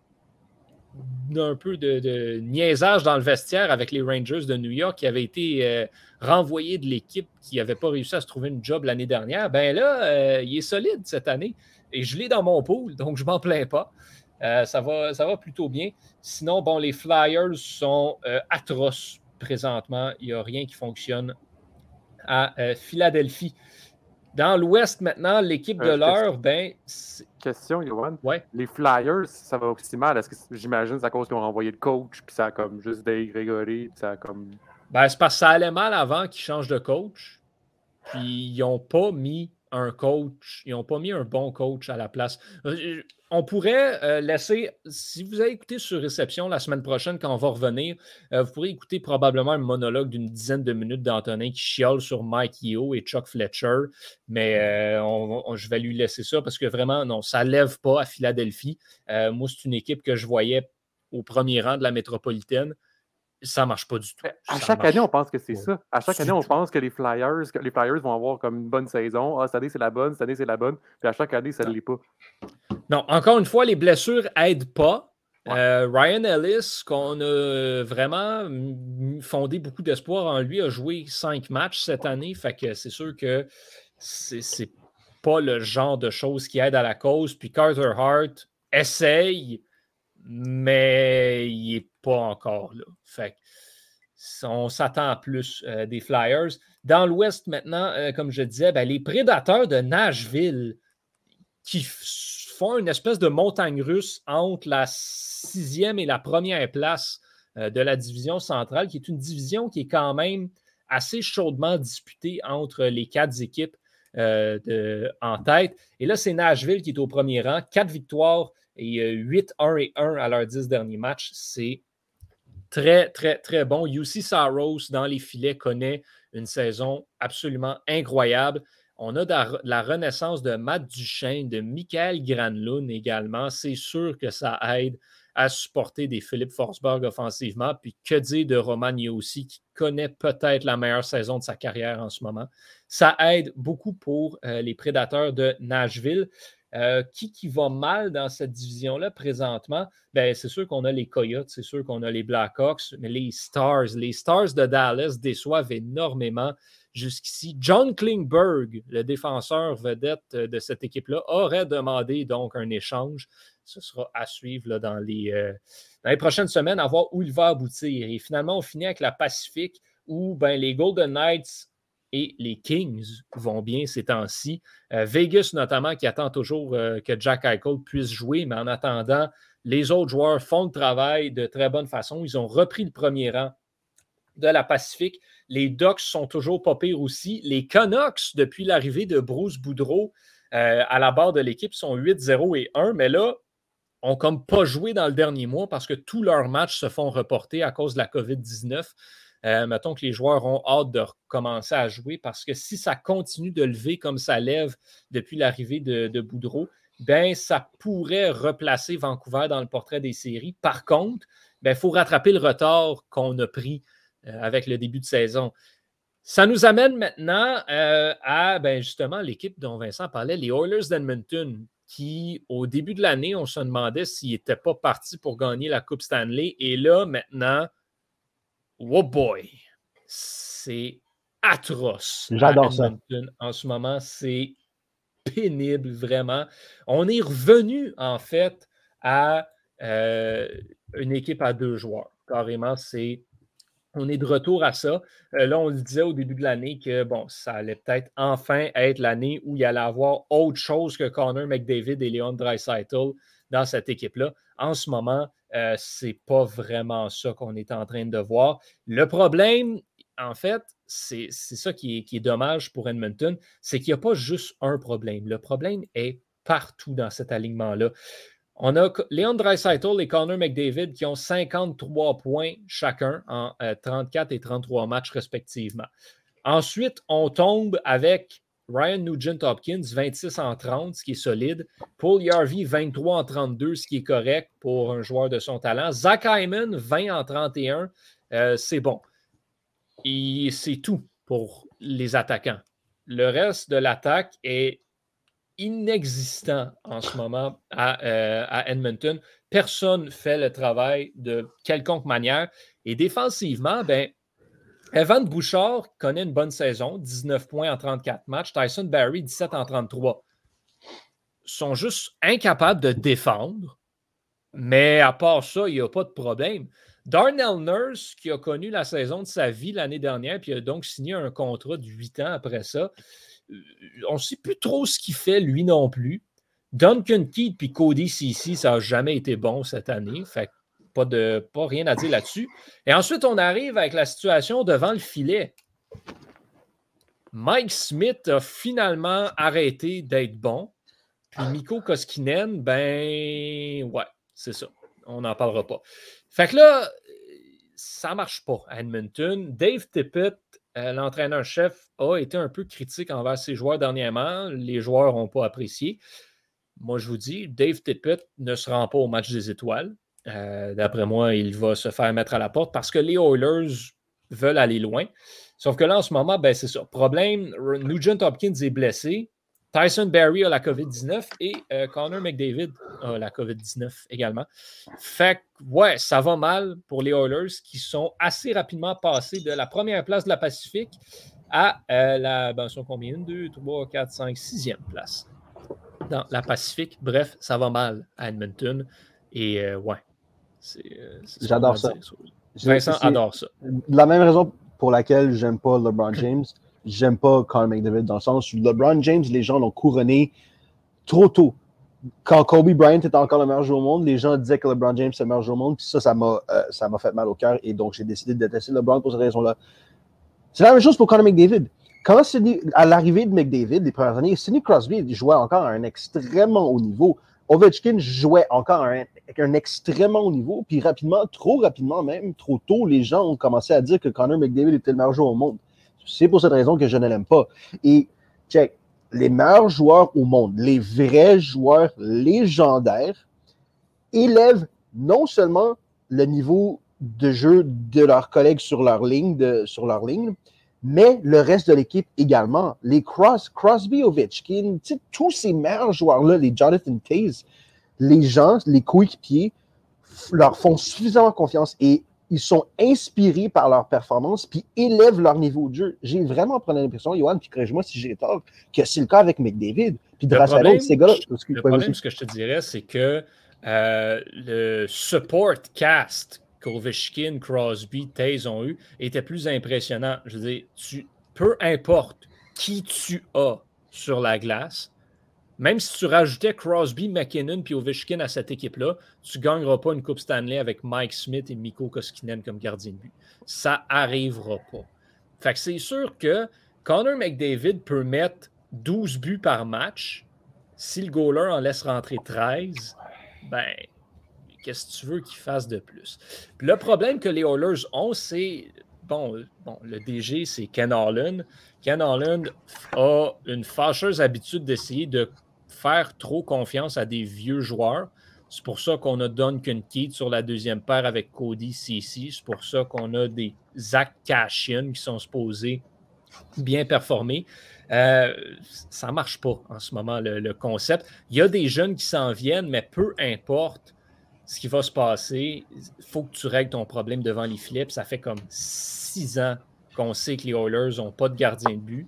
S1: un peu de, de niaisage dans le vestiaire avec les Rangers de New York qui avait été euh, renvoyé de l'équipe qui n'avait pas réussi à se trouver une job l'année dernière. Ben là, euh, il est solide cette année et je l'ai dans mon pool, donc je ne m'en plains pas. Euh, ça, va, ça va plutôt bien. Sinon, bon, les Flyers sont euh, atroces présentement. Il n'y a rien qui fonctionne à euh, Philadelphie. Dans l'Ouest, maintenant, l'équipe de euh, l'heure, ben...
S2: C'est... Question, Yoann.
S1: Ouais.
S2: Les Flyers, ça va aussi mal. Est-ce que j'imagine c'est à cause qu'ils ont renvoyé le coach, puis ça a comme juste dégrégoré, puis ça a comme...
S1: Ben, c'est parce que ça allait mal avant qu'ils changent de coach, puis ils n'ont pas mis un coach, ils n'ont pas mis un bon coach à la place. On pourrait euh, laisser, si vous avez écouté sur Réception la semaine prochaine, quand on va revenir, euh, vous pourrez écouter probablement un monologue d'une dizaine de minutes d'Antonin qui chiale sur Mike Yeo et Chuck Fletcher, mais euh, on, on, je vais lui laisser ça parce que vraiment, non, ça ne lève pas à Philadelphie. Euh, moi, c'est une équipe que je voyais au premier rang de la métropolitaine. Ça ne marche pas du tout.
S2: À
S1: ça
S2: chaque année, on pense que c'est ça. À chaque année, on
S1: tout.
S2: pense que les Flyers, que les Flyers vont avoir comme une bonne saison. Ah, cette année, c'est la bonne, cette année, c'est la bonne. Puis à chaque année, ça ne l'est pas.
S1: Non, encore une fois, les blessures n'aident pas. Ouais. Euh, Ryan Ellis, qu'on a vraiment fondé beaucoup d'espoir en lui, a joué cinq matchs cette année. Fait que c'est sûr que c'est, c'est pas le genre de choses qui aident à la cause. Puis Carter Hart essaye, mais il n'est pas encore là. Fait que on s'attend à plus euh, des Flyers. Dans l'Ouest, maintenant, euh, comme je disais, ben, les Prédateurs de Nashville qui f- font une espèce de montagne russe entre la sixième et la première place euh, de la division centrale, qui est une division qui est quand même assez chaudement disputée entre les quatre équipes euh, de, en tête. Et là, c'est Nashville qui est au premier rang, quatre victoires et euh, huit un et un à leurs dix derniers matchs. C'est très, très, très bon. U C Saros, dans les filets, connaît une saison absolument incroyable. On a de la, de la renaissance de Matt Duchesne, de Michael Granlund également. C'est sûr que ça aide à supporter des Philippe Forsberg offensivement. Puis que dire de Roman Josi, qui connaît peut-être la meilleure saison de sa carrière en ce moment. Ça aide beaucoup pour euh, les Prédateurs de Nashville. Euh, qui, qui va mal dans cette division-là présentement? Ben, c'est sûr qu'on a les Coyotes, c'est sûr qu'on a les Blackhawks, mais les Stars, les Stars de Dallas déçoivent énormément jusqu'ici. John Klingberg, le défenseur vedette de cette équipe-là, aurait demandé donc un échange. Ce sera à suivre là, dans, les, euh, dans les prochaines semaines, à voir où il va aboutir. Et finalement, on finit avec la Pacifique, où ben, les Golden Knights et les Kings vont bien ces temps-ci. Euh, Vegas, notamment, qui attend toujours euh, que Jack Eichel puisse jouer, mais en attendant, les autres joueurs font le travail de très bonne façon. Ils ont repris le premier rang de la Pacifique. Les Ducks sont toujours pas pires aussi. Les Canucks, depuis l'arrivée de Bruce Boudreau euh, à la barre de l'équipe, sont huit zéro et un, mais là, ont comme pas joué dans le dernier mois parce que tous leurs matchs se font reporter à cause de la covid dix-neuf. Euh, mettons que les joueurs ont hâte de recommencer à jouer parce que si ça continue de lever comme ça lève depuis l'arrivée de, de Boudreau, ben, ça pourrait replacer Vancouver dans le portrait des séries. Par contre, il ben, faut rattraper le retard qu'on a pris euh, avec le début de saison. Ça nous amène maintenant euh, à ben, justement l'équipe dont Vincent parlait, les Oilers d'Edmonton, qui, au début de l'année, on se demandait s'ils n'étaient pas partis pour gagner la Coupe Stanley. Et là, maintenant, oh boy, c'est atroce.
S3: J'adore ça.
S1: En ce moment, c'est pénible, vraiment. On est revenu, en fait, à euh, une équipe à deux joueurs. Carrément, c'est... On est de retour à ça. Euh, là, on le disait au début de l'année que, bon, ça allait peut-être enfin être l'année où il allait avoir autre chose que Connor McDavid et Leon Draisaitl dans cette équipe-là. En ce moment, euh, c'est pas vraiment ça qu'on est en train de voir. Le problème, en fait, c'est, c'est ça qui est, qui est dommage pour Edmonton, c'est qu'il n'y a pas juste un problème. Le problème est partout dans cet alignement-là. On a Leon Draisaitl et Connor McDavid qui ont cinquante-trois points chacun en euh, trente-quatre et trente-trois matchs respectivement. Ensuite, on tombe avec Ryan Nugent-Hopkins, vingt-six en trente, ce qui est solide. Paul Yarvi, vingt-trois en trente-deux, ce qui est correct pour un joueur de son talent. Zach Hyman, vingt en trente et un, euh, c'est bon. Et c'est tout pour les attaquants. Le reste de l'attaque est inexistant en ce moment à, euh, à Edmonton. Personne ne fait le travail de quelconque manière. Et défensivement, ben, Evan Bouchard connaît une bonne saison, dix-neuf points en trente-quatre matchs. Tyson Barrie, dix-sept en trente-trois. Ils sont juste incapables de défendre. Mais à part ça, il n'y a pas de problème. Darnell Nurse, qui a connu la saison de sa vie l'année dernière, puis a donc signé un contrat de huit ans après ça, on ne sait plus trop ce qu'il fait, lui non plus. Duncan Keith puis Cody Ceci, ça n'a jamais été bon cette année. Fait pas, de, pas rien à dire là-dessus. Et ensuite, on arrive avec la situation devant le filet. Mike Smith a finalement arrêté d'être bon. Puis Mikko Koskinen, ben ouais, c'est ça. On n'en parlera pas. Fait que là, ça ne marche pas à Edmonton. Dave Tippett, euh, l'entraîneur-chef, a été un peu critique envers ses joueurs dernièrement. Les joueurs n'ont pas apprécié. Moi, je vous dis, Dave Tippett ne se rend pas au match des étoiles. Euh, d'après moi, il va se faire mettre à la porte parce que les Oilers veulent aller loin. Sauf que là, en ce moment, ben, c'est ça. Problème, Nugent Hopkins est blessé. Tyson Barrie a la covid dix-neuf et euh, Connor McDavid a la covid dix-neuf également. Fait que, ouais, ça va mal pour les Oilers qui sont assez rapidement passés de la première place de la Pacifique à euh, la, ben, sont combien? une, deux, trois, quatre, cinq, sixième place dans la Pacifique. Bref, ça va mal à Edmonton. Et euh, ouais, c'est, c'est
S3: j'adore ça.
S1: Dire. Vincent c'est adore ça.
S3: La même raison pour laquelle j'aime pas LeBron James. J'aime pas Connor McDavid dans le sens où LeBron James, les gens l'ont couronné trop tôt. Quand Kobe Bryant était encore le meilleur joueur au monde, les gens disaient que LeBron James c'est le meilleur joueur au monde, puis ça, ça m'a, euh, ça m'a fait mal au cœur, et donc j'ai décidé de détester LeBron pour cette raison-là. C'est la même chose pour Connor McDavid. Quand Sidney, à l'arrivée de McDavid, les premières années, Sidney Crosby jouait encore à un extrêmement haut niveau. Ovechkin jouait encore à un, à un extrêmement haut niveau, puis rapidement, trop rapidement même, trop tôt, les gens ont commencé à dire que Connor McDavid était le meilleur joueur au monde. C'est pour cette raison que je ne l'aime pas. Et, check, les meilleurs joueurs au monde, les vrais joueurs légendaires, élèvent non seulement le niveau de jeu de leurs collègues sur leur ligne, de, sur leur ligne mais le reste de l'équipe également. Les Cross, Crosby, Ovechkin, tous ces meilleurs joueurs-là, les Jonathan Toews, les gens, les coéquipiers, leur font suffisamment confiance et ils sont inspirés par leur performance puis élèvent leur niveau de jeu. J'ai vraiment pris l'impression, Yoann, puis corrige-moi si j'ai tort, que c'est le cas avec McDavid. Puis
S1: le problème,
S3: ces gars-là,
S1: le problème, ce que je te dirais, c'est que euh, le support cast qu'Ovechkin, Crosby, Toews ont eu était plus impressionnant. Je veux dire, tu, peu importe qui tu as sur la glace, même si tu rajoutais Crosby, McKinnon puis Ovechkin à cette équipe-là, tu ne gagneras pas une Coupe Stanley avec Mike Smith et Mikko Koskinen comme gardien de but. Ça n'arrivera pas. Fait que c'est sûr que Connor McDavid peut mettre douze buts par match. Si le goaler en laisse rentrer treize, ben, qu'est-ce que tu veux qu'il fasse de plus? Puis le problème que les Oilers ont, c'est, bon, bon le D G, c'est Ken Holland. Ken Holland a une fâcheuse habitude d'essayer de faire trop confiance à des vieux joueurs. C'est pour ça qu'on a Duncan Keith sur la deuxième paire avec Cody Ceci. C'est pour ça qu'on a des Zach Cashin qui sont supposés bien performer. Euh, ça ne marche pas en ce moment, le, le concept. Il y a des jeunes qui s'en viennent, mais peu importe ce qui va se passer, il faut que tu règles ton problème devant les filets. Ça fait comme six ans qu'on sait que les Oilers n'ont pas de gardien de but.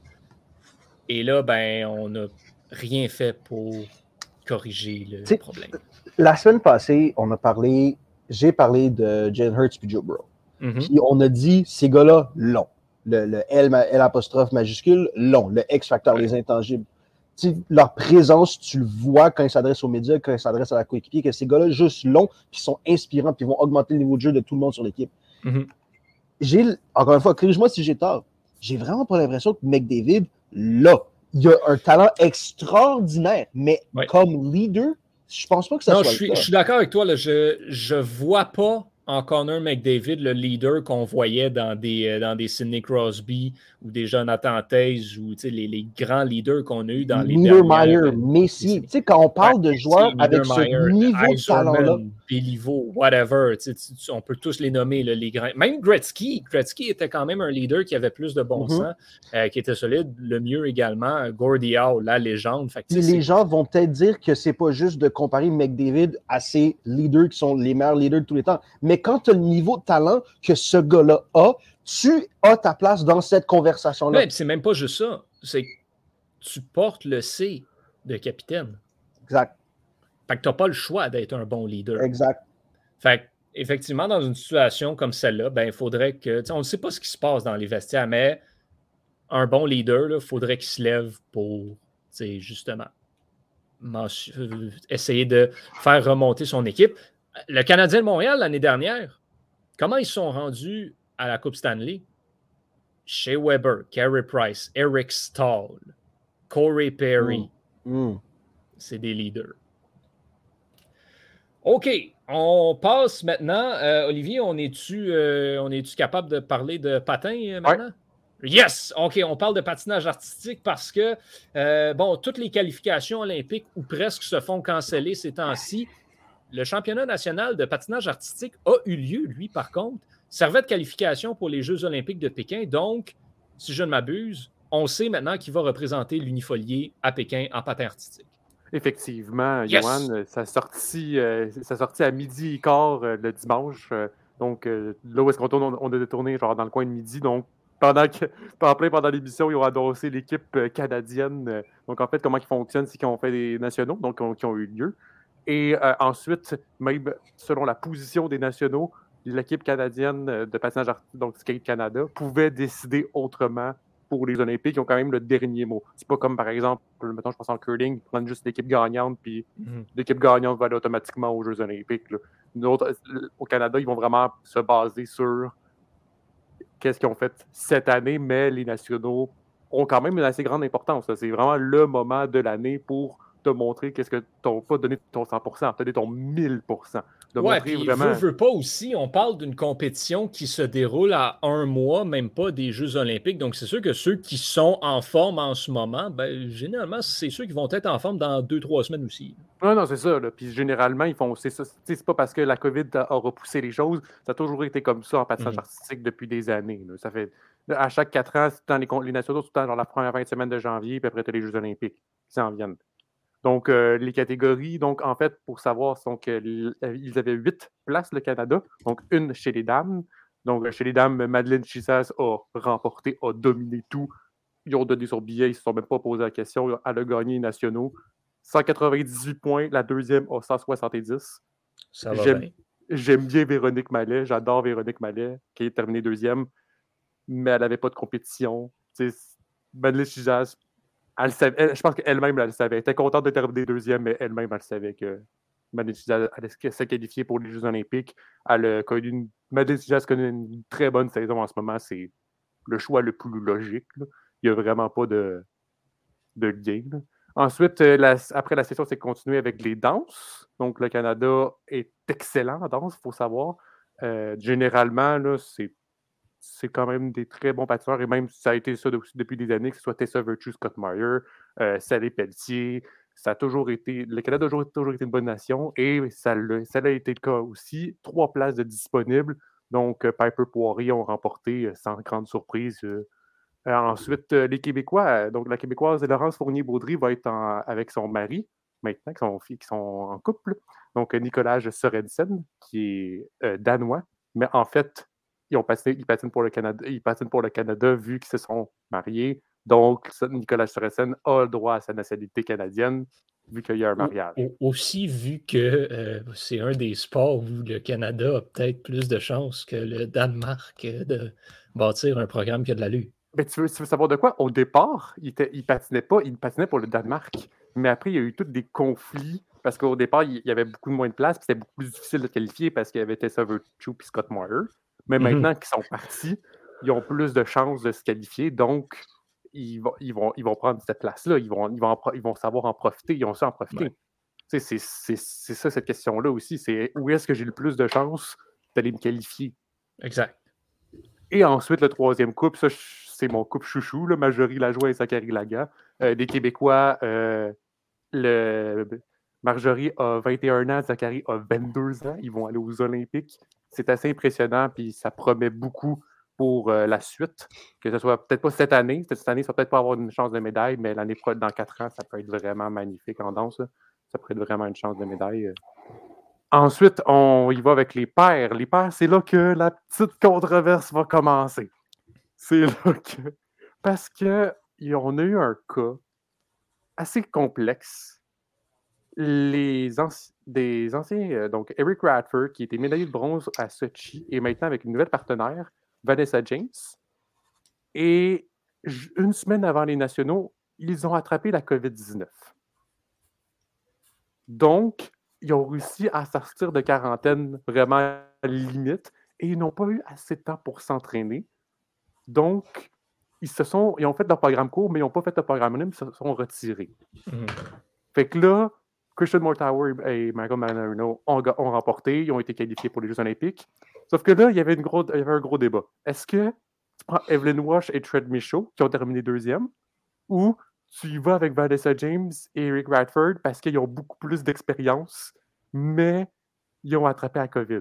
S1: Et là, ben, on n'a rien fait pour corriger le T'sais, problème.
S3: La semaine passée, on a parlé, j'ai parlé de Jalen Hurts et Joe Burrow. Mm-hmm. Puis on a dit, ces gars-là, long. Le, le L, L apostrophe majuscule, long. Le X-factor, ouais. Les intangibles. T'sais, leur présence, tu le vois quand ils s'adressent aux médias, quand ils s'adressent à la coéquipier, que ces gars-là, juste longs, qui sont inspirants, puis vont augmenter le niveau de jeu de tout le monde sur l'équipe. Mm-hmm. J'ai, encore une fois, corrige-moi si j'ai tort, j'ai vraiment pas l'impression que McDavid, là, il a un talent extraordinaire, mais ouais. Comme leader, je pense pas que ça
S1: non,
S3: soit
S1: je suis,
S3: le cas.
S1: Je suis d'accord avec toi, là, je je vois pas en Connor McDavid le leader qu'on voyait dans des, dans des Sidney Crosby ou des Jonathan Toews ou les, les grands leaders qu'on a eu dans les
S3: dernières... Niedermayer, Messi, tu sais, quand on parle ouais, de joueurs avec ce niveau de talent-là...
S1: Béliveau, whatever, tu, tu, on peut tous les nommer, là, les grands... Même Gretzky, Gretzky était quand même un leader qui avait plus de bon mm-hmm. sens, euh, qui était solide, le mieux également, Gordie Howe, la légende. Fait que,
S3: les c'est... gens vont peut-être dire que c'est pas juste de comparer McDavid à ces leaders qui sont les meilleurs leaders de tous les temps, mais quand tu as le niveau de talent que ce gars-là a, tu as ta place dans cette conversation-là.
S1: Oui, c'est même pas juste ça. C'est que tu portes le C de capitaine.
S3: Exact.
S1: Fait que tu n'as pas le choix d'être un bon leader.
S3: Exact.
S1: Fait que, effectivement, dans une situation comme celle-là, ben, il faudrait que... On ne sait pas ce qui se passe dans les vestiaires, mais un bon leader, il faudrait qu'il se lève pour, justement, essayer de faire remonter son équipe. Le Canadien de Montréal, l'année dernière, comment ils sont rendus à la Coupe Stanley? Shea Weber, Carey Price, Eric Stahl, Corey Perry. Mm. Mm. C'est des leaders. OK, on passe maintenant. Euh, Olivier, on est-tu, euh, on est-tu capable de parler de patin euh, maintenant? Ouais. Yes! OK, on parle de patinage artistique parce que, euh, bon, toutes les qualifications olympiques ou presque se font canceller ces temps-ci. Le championnat national de patinage artistique a eu lieu, lui, par contre, servait de qualification pour les Jeux olympiques de Pékin. Donc, si je ne m'abuse, on sait maintenant qui va représenter l'unifolié à Pékin en patin artistique.
S2: Effectivement,
S1: yes!
S2: Yoann, ça sortit, euh, ça sortit à midi et quart euh, le dimanche. Euh, donc, euh, là où est-ce qu'on tourne, on, on a tourné genre dans le coin de midi. Donc, pendant que, en plein pendant l'émission, ils ont annoncé l'équipe canadienne. Euh, donc, en fait, comment ils fonctionnent, c'est qu'ils ont fait des nationaux, donc on, qui ont eu lieu. Et euh, ensuite, même selon la position des nationaux, l'équipe canadienne de patinage artistique, donc Skate Canada, pouvait décider autrement pour les Olympiques. Ils ont quand même le dernier mot. C'est pas comme, par exemple, mettons, je pense en curling, ils prennent juste l'équipe gagnante, puis mm-hmm. l'équipe gagnante va aller automatiquement aux Jeux olympiques. Là. Nous autres, au Canada, ils vont vraiment se baser sur qu'est-ce qu'ils ont fait cette année, mais les nationaux ont quand même une assez grande importance. Là. C'est vraiment le moment de l'année pour te montrer qu'est-ce que tu n'as pas donné ton cent pour cent, tu as donné ton mille pour cent. De
S1: ouais,
S2: montrer
S1: puis
S2: vraiment.
S1: veut, veut pas aussi, on parle d'une compétition qui se déroule à un mois, même pas des Jeux olympiques. Donc, c'est sûr que ceux qui sont en forme en ce moment, ben, généralement, c'est ceux qui vont être en forme dans deux, trois semaines aussi.
S2: Non, non, c'est ça. Là. Puis généralement, ils font. C'est ça. C'est pas parce que la COVID a, a repoussé les choses. Ça a toujours été comme ça en patinage
S1: Mhm.
S2: artistique depuis des années. Là. Ça fait. À chaque quatre ans, c'est dans les, les nationaux, tout le temps, genre la première vingt semaines de janvier, puis après, tu as les Jeux olympiques qui s'en viennent. Donc, euh, les catégories, donc, en fait, pour savoir, sont qu'ils avaient huit places, le Canada, donc une chez les dames. Donc, chez les dames, Madeleine Chissas a remporté, a dominé tout. Ils ont donné son billet, ils ne se sont même pas posé la question. Elle a gagné les nationaux. cent quatre-vingt-dix-huit points, la deuxième a cent soixante-dix.
S1: Ça va
S2: J'aime,
S1: bien.
S2: j'aime bien Véronique Mallet, j'adore Véronique Mallet, qui est terminée deuxième, mais elle n'avait pas de compétition. T'sais, Madeleine Chissas, elle savait, elle, je pense qu'elle-même, elle le savait. Elle était contente de terminer deuxième, mais elle-même, elle savait que Madeleine Chissas allait se qualifier pour les Jeux olympiques. Elle a connu une, Madeleine Chissas connaît une très bonne saison en ce moment. C'est le choix le plus logique. Là. Il n'y a vraiment pas de, de lien. Là. Ensuite, la, après la session, c'est continué avec les danses. Donc, le Canada est excellent en danse, il faut savoir. Euh, généralement, là, c'est c'est quand même des très bons patineurs, et même ça a été ça depuis des années, que ce soit Tessa Virtue, Scott Meyer, euh, Sally Pelletier, ça a toujours été, le Canada a toujours, toujours été une bonne nation, et ça, le, ça a été le cas aussi. Trois places de disponibles, donc euh, Piper Poirier ont remporté euh, sans grande surprise. Euh, euh, ensuite, euh, les Québécois, euh, donc la Québécoise Laurence Fournier-Baudry va être en, avec son mari, maintenant, qui sont, qui sont en couple, donc Nicolas Sorensen, qui est euh, danois, mais en fait, Ils, ont patiné, ils, patinent pour le Canada, ils patinent pour le Canada vu qu'ils se sont mariés. Donc, Nicolas Sorensen a le droit à sa nationalité canadienne vu qu'il y a un mariage.
S1: Au, au, aussi, vu que euh, c'est un des sports où le Canada a peut-être plus de chances que le Danemark de bâtir un programme qui a de l'allure.
S2: Mais tu veux, tu veux savoir de quoi? Au départ, il ne patinait pas, il patinait pour le Danemark. Mais après, il y a eu tous des conflits parce qu'au départ, il y avait beaucoup moins de place, puis c'était beaucoup plus difficile de qualifier parce qu'il y avait Tessa Virtue et Scott Meyer. Mais mm-hmm. maintenant qu'ils sont partis, ils ont plus de chances de se qualifier, donc ils vont, ils vont, ils vont prendre cette place-là, ils vont, ils, vont en, ils vont savoir en profiter, ils ont su en profiter. Ouais. C'est, c'est, c'est, c'est ça cette question-là aussi, c'est où est-ce que j'ai le plus de chances d'aller me qualifier?
S1: Exact.
S2: Et ensuite, le troisième couple, ça, c'est mon couple chouchou, là, Marjorie Lajoie et Zachary Laga. Euh, des Québécois, euh, le... Marjorie a vingt et un ans, Zachary a vingt-deux ans. Ils vont aller aux Olympiques. C'est assez impressionnant, puis ça promet beaucoup pour euh, la suite. Que ce soit peut-être pas cette année. Cette année, ça va peut-être pas avoir une chance de médaille, mais l'année prochaine, dans quatre ans, ça peut être vraiment magnifique en danse. Là. Ça pourrait être vraiment une chance de médaille. Ensuite, on y va avec les pairs. Les pairs, c'est là que la petite controverse va commencer. C'est là que... Parce qu'on a eu un cas assez complexe. Les anci... des anciens... Euh, donc, Eric Radford, qui était médaillé de bronze à Sochi, et maintenant avec une nouvelle partenaire, Vanessa James. Et une semaine avant les nationaux, ils ont attrapé la covid dix-neuf. Donc, ils ont réussi à sortir de quarantaine vraiment limite et ils n'ont pas eu assez de temps pour s'entraîner. Donc, ils se sont, ils ont fait leur programme court, mais ils n'ont pas fait le programme libre, ils se sont retirés. Mm-hmm. Fait que là, Christian Moore-Tower et Michael Mannarino ont, ont remporté, ils ont été qualifiés pour les Jeux olympiques. Sauf que là, il y avait, une gros, il y avait un gros débat. Est-ce que tu prends Evelyn Wash et Tread Michaud, qui ont terminé deuxième, ou tu y vas avec Vanessa James et Eric Radford parce qu'ils ont beaucoup plus d'expérience, mais ils ont attrapé la COVID.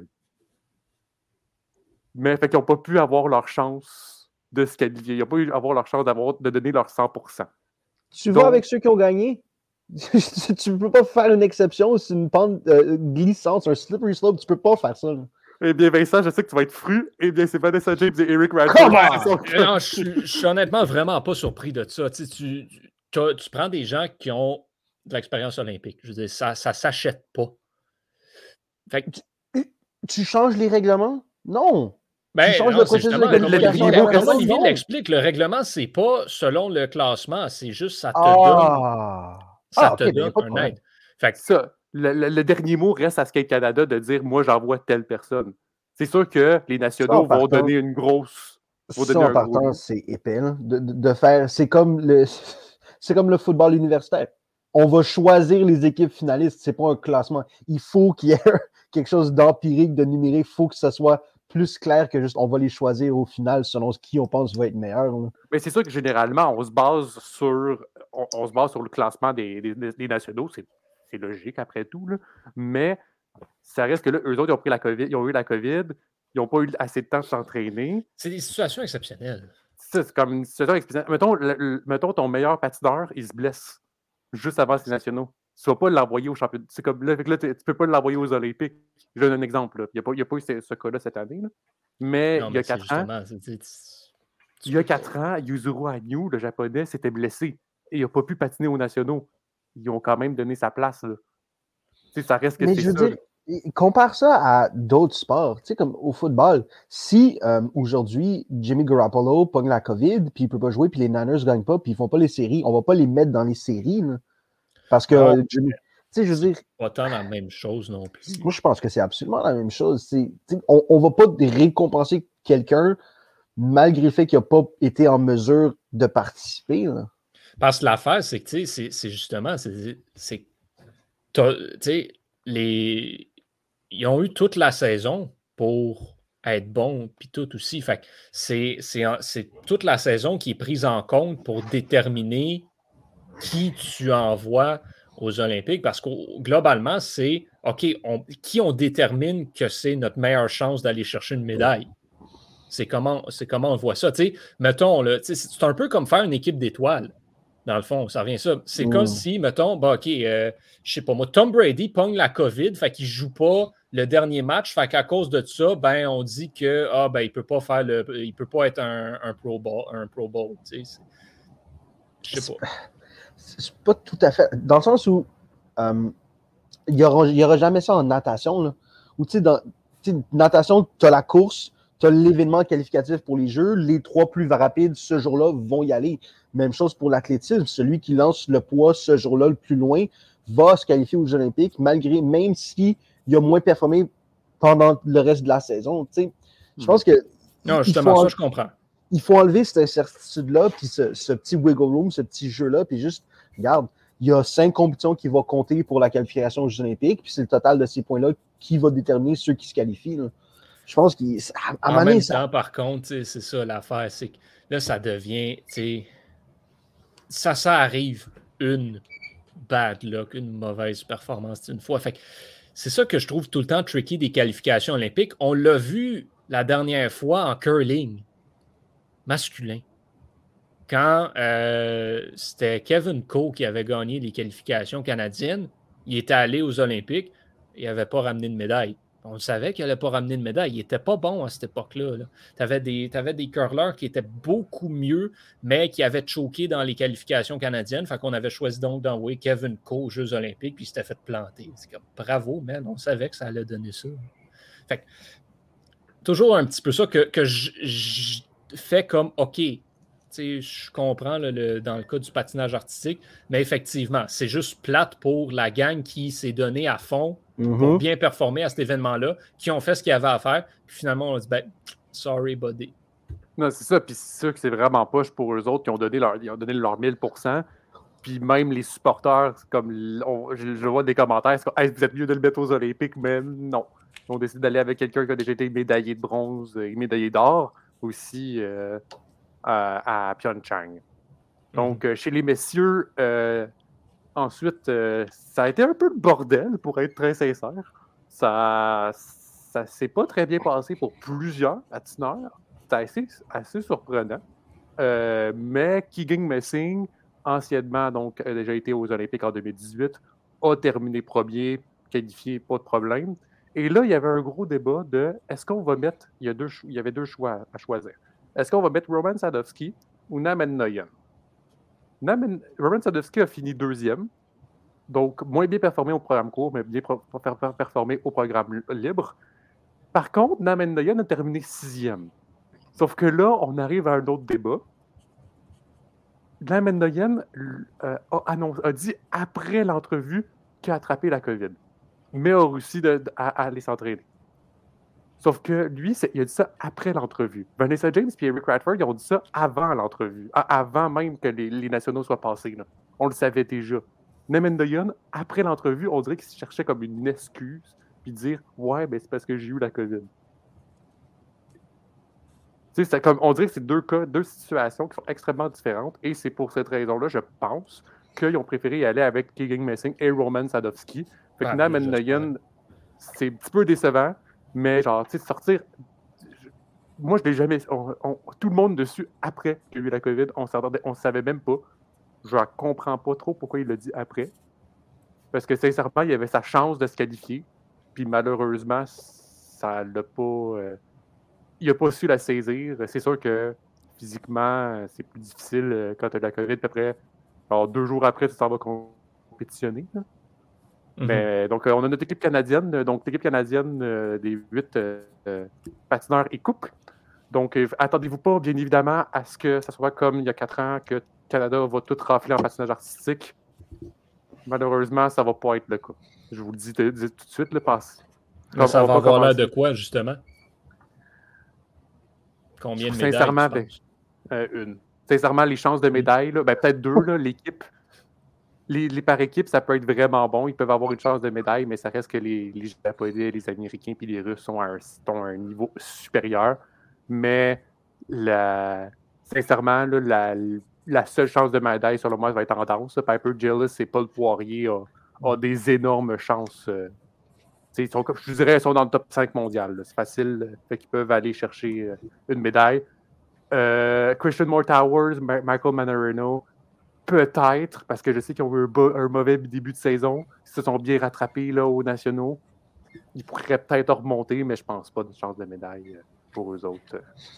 S2: Mais fait qu'ils n'ont pas pu avoir leur chance de se qualifier. Ils n'ont pas pu avoir leur chance d'avoir, de donner leur cent pour cent.
S3: Tu Donc, vas avec ceux qui ont gagné? Tu ne peux pas faire une exception, c'est une pente euh, glissante, c'est un slippery slope, tu ne peux pas faire ça. Là.
S2: Eh bien, Vincent, je sais que tu vas être fru. Eh bien, c'est Vanessa James et Eric Radford.
S1: Non, je, je suis honnêtement vraiment pas surpris de ça. Tu, tu, tu, tu prends des gens qui ont de l'expérience olympique. Je veux dire, ça ne s'achète pas. Fait que...
S3: tu, tu changes les règlements? Non.
S1: Ben,
S3: tu changes
S1: non,
S3: le processus de qualification.
S1: Comme Olivier l'explique, le règlement, c'est pas selon le classement, c'est juste ça te
S3: ah.
S1: donne, ça
S3: ah,
S1: te
S3: okay,
S1: donne
S3: ben,
S1: un aide. Fait que...
S2: ça, le, le, le dernier mot reste à Skate Canada de dire « moi, j'envoie telle personne ». C'est sûr que les nationaux vont partant, donner une grosse... Vont
S3: ça,
S2: donner
S3: en
S2: un
S3: partant,
S2: gros...
S3: c'est épais. Hein, de, de, de faire... C'est comme, le, c'est comme le football universitaire. On va choisir les équipes finalistes. C'est pas un classement. Il faut qu'il y ait, quelque chose d'empirique, de numérique. Il faut que ça soit plus clair que juste on va les choisir au final selon ce qui on pense va être meilleur. Là.
S2: Mais c'est sûr que généralement, on se base sur on, on se base sur le classement des, des, des nationaux. C'est, c'est logique après tout. Là. Mais ça reste que là, eux autres, ils ont pris la COVID, ils ont eu la COVID, ils n'ont pas eu assez de temps de s'entraîner.
S1: C'est des situations exceptionnelles.
S2: Ça, c'est comme une situation exceptionnelle. Mettons, le, le, mettons ton meilleur patineur, il se blesse juste avant les nationaux. Tu ne vas pas l'envoyer au championnat. C'est comme là, là tu ne peux pas l'envoyer aux Olympiques. Je donne un exemple. Là. Il n'y a, a pas eu ce, ce cas-là cette année. Là. Mais non, il y a quatre ans, c'est, c'est, c'est... il y a quatre ans, Yuzuru Hanyu, le japonais, s'était blessé. Et il n'a pas pu patiner aux nationaux. Ils ont quand même donné sa place. Là. Ça reste que
S3: Mais
S2: c'est
S3: je veux
S2: ça.
S3: Dire, compare ça à d'autres sports, tu sais, comme au football. Si euh, aujourd'hui, Jimmy Garoppolo pogne la COVID, puis il ne peut pas jouer, puis les Niners ne gagnent pas, puis ils ne font pas les séries, on ne va pas les mettre dans les séries. Là, parce que,
S1: ah,
S3: tu sais, je veux dire.
S1: Pas tant la même chose non plus.
S3: Moi, je pense que c'est absolument la même chose. C'est, on ne va pas récompenser quelqu'un malgré le fait qu'il n'a pas été en mesure de participer. Là.
S1: Parce que l'affaire, c'est que, tu sais, c'est, c'est justement, c'est, c'est tu sais, les... ils ont eu toute la saison pour être bons, puis tout aussi. Fait que c'est, c'est, c'est toute la saison qui est prise en compte pour déterminer qui tu envoies aux Olympiques, parce que globalement, c'est OK, on, qui on détermine que c'est notre meilleure chance d'aller chercher une médaille. C'est comment, c'est comment on voit ça. T'sais, mettons, là, c'est un peu comme faire une équipe d'étoiles. Dans le fond, ça revient ça. C'est mmh. comme si, mettons, bah, OK, euh, je sais pas moi, Tom Brady pogne la COVID, fait qu'il joue pas le dernier match, fait qu'à cause de ça, ben, on dit que ah, ben, il peut pas faire le. Il peut pas être un, un Pro Bowl. Un Pro Bowl, tu sais. Je sais pas.
S3: C'est pas tout à fait. Dans le sens où euh, il n'y aura, aura jamais ça en natation. Là, où tu sais, dans t'sais, natation, tu as la course, tu as l'événement qualificatif pour les Jeux, les trois plus rapides ce jour-là vont y aller. Même chose pour l'athlétisme. Celui qui lance le poids ce jour-là le plus loin va se qualifier aux Jeux olympiques, malgré, même s'il a moins performé pendant le reste de la saison. Je mmh. pense que.
S1: Non, justement, ça, en... je comprends.
S3: Il faut enlever cette incertitude-là, puis ce, ce petit wiggle room, ce petit jeu-là, puis juste, regarde, il y a cinq compétitions qui vont compter pour la qualification aux Jeux olympiques, puis c'est le total de ces points-là qui va déterminer ceux qui se qualifient. Là. Je pense qu'à à
S1: En même
S3: ça...
S1: temps, par contre, c'est ça l'affaire, c'est que là, ça devient, ça, ça arrive une bad luck, une mauvaise performance une fois. Fait que c'est ça que je trouve tout le temps tricky des qualifications olympiques. On l'a vu la dernière fois en curling masculin. Quand euh, c'était Kevin Coe qui avait gagné les qualifications canadiennes, il était allé aux Olympiques, il n'avait pas ramené de médaille. On savait qu'il n'allait pas ramener de médaille. Il n'était pas bon à cette époque-là. Là. Tu avais des, t'avais des curlers qui étaient beaucoup mieux, mais qui avaient choqué dans les qualifications canadiennes. Fait qu'on avait choisi donc d'envoyer Kevin Coe aux Jeux olympiques, puis il s'était fait planter. C'est comme, bravo, man, on savait que ça allait donner ça. Fait que, toujours un petit peu ça que, que je fais comme, OK, je comprends là, le, dans le cas du patinage artistique, mais effectivement, c'est juste plate pour la gang qui s'est donnée à fond mm-hmm. pour bien performer à cet événement-là, qui ont fait ce qu'il y avait à faire, puis finalement, on a dit, ben, sorry, buddy.
S2: Non, c'est ça, puis c'est sûr que c'est vraiment poche pour eux autres qui ont donné leur, ils ont donné leur mille pour cent, puis même les supporters, comme on, je, je vois des commentaires, c'est comme, hey, vous êtes mieux de le mettre aux Olympiques, mais non. Ils ont décidé d'aller avec quelqu'un qui a déjà été médaillé de bronze et médaillé d'or aussi. Euh, À, à Pyeongchang. Donc, mm-hmm. euh, chez les messieurs, euh, ensuite, euh, ça a été un peu le bordel, pour être très sincère. Ça ça s'est pas très bien passé pour plusieurs patineurs. C'était assez, assez surprenant. Euh, mais Keegan Messing, anciennement, donc, a déjà été aux Olympiques en deux mille dix-huit, a terminé premier, qualifié, pas de problème. Et là, il y avait un gros débat de est-ce qu'on va mettre, il y, a deux, il y avait deux choix à choisir. Est-ce qu'on va mettre Roman Sadowski ou Namen Nguyen? Namen... Roman Sadowski a fini deuxième, donc moins bien performé au programme court, mais bien pro... performé au programme libre. Par contre, Namen Nguyen a terminé sixième. Sauf que là, on arrive à un autre débat. Namen Nguyen euh, a, annoncé, a dit après l'entrevue qu'il a attrapé la COVID, mais a réussi de, de, à, à aller s'entraîner. Sauf que lui, il a dit ça après l'entrevue. Vanessa James et Eric Radford, ils ont dit ça avant l'entrevue, avant même que les, les nationaux soient passés. Là. On le savait déjà. Namen Nguyen, après l'entrevue, on dirait qu'il se cherchait comme une excuse puis dire « Ouais, ben c'est parce que j'ai eu la COVID ». Tu sais, c'est comme, on dirait que c'est deux cas, deux situations qui sont extrêmement différentes, et c'est pour cette raison-là, je pense, qu'ils ont préféré y aller avec Keegan Messing et Roman Sadowski. Fait que
S1: Ah,
S2: Nam
S1: oui,
S2: Nguyen, c'est un petit peu décevant, mais genre, tu sais, sortir... Je... Moi, je l'ai jamais... On, on... Tout le monde dessus, après qu'il y a eu la COVID, on s'entendait, on savait même pas. Je comprends pas trop pourquoi il l'a dit après. Parce que, sincèrement, il avait sa chance de se qualifier, puis malheureusement, ça l'a pas... Euh... Il n'a pas su la saisir. C'est sûr que physiquement, c'est plus difficile quand tu as de la COVID. Puis après, alors, deux jours après, tu t'en vas compétitionner. Mm-hmm. Mais donc, on a notre équipe canadienne. Donc, l'équipe canadienne euh, des huit euh, patineurs et couples. Donc, euh, attendez-vous pas, bien évidemment, à ce que ça soit comme il y a quatre ans, que le Canada va tout rafler en patinage artistique. Malheureusement, ça va pas être le cas. Je vous le dis, dis, dis tout de suite. Là, passe.
S1: Comme, ça va avoir l'air de quoi, justement? Combien de médailles?
S2: Sincèrement, ben, euh, une. Sincèrement, les chances de médailles, là, ben, peut-être deux, là, l'équipe. Les, les par équipe, ça peut être vraiment bon. Ils peuvent avoir une chance de médaille, mais ça reste que les, les Japonais, les Américains et les Russes sont à, un, sont à un niveau supérieur. Mais la, sincèrement, là, la, la seule chance de médaille, selon moi, va être en danse. Piper Gillis et Paul Poirier ont a des énormes chances. Euh, Ils sont, je vous dirais, ils sont dans le top cinq mondial. Là. C'est facile. Fait qu'ils peuvent aller chercher euh, une médaille. Euh, Christian Moore Towers, Ma- Michael Manarino, peut-être, parce que je sais qu'ils ont eu un, bo- un mauvais début de saison. Ils se sont bien rattrapés là, aux nationaux. Ils pourraient peut-être remonter, mais je pense pas d'une chance de médaille pour eux autres.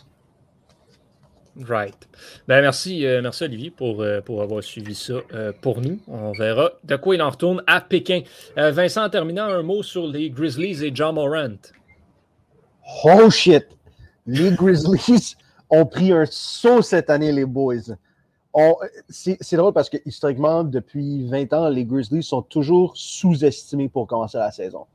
S1: Right. Ben merci, euh, merci Olivier pour, euh, pour avoir suivi ça euh, pour nous. On verra de quoi il en retourne à Pékin. Euh, Vincent, en terminant, un mot sur les Grizzlies et Ja Morant.
S3: Oh shit! Les Grizzlies ont pris un saut cette année, les boys. On, c'est, c'est drôle parce que historiquement, depuis vingt ans, les Grizzlies sont toujours sous-estimés pour commencer la saison.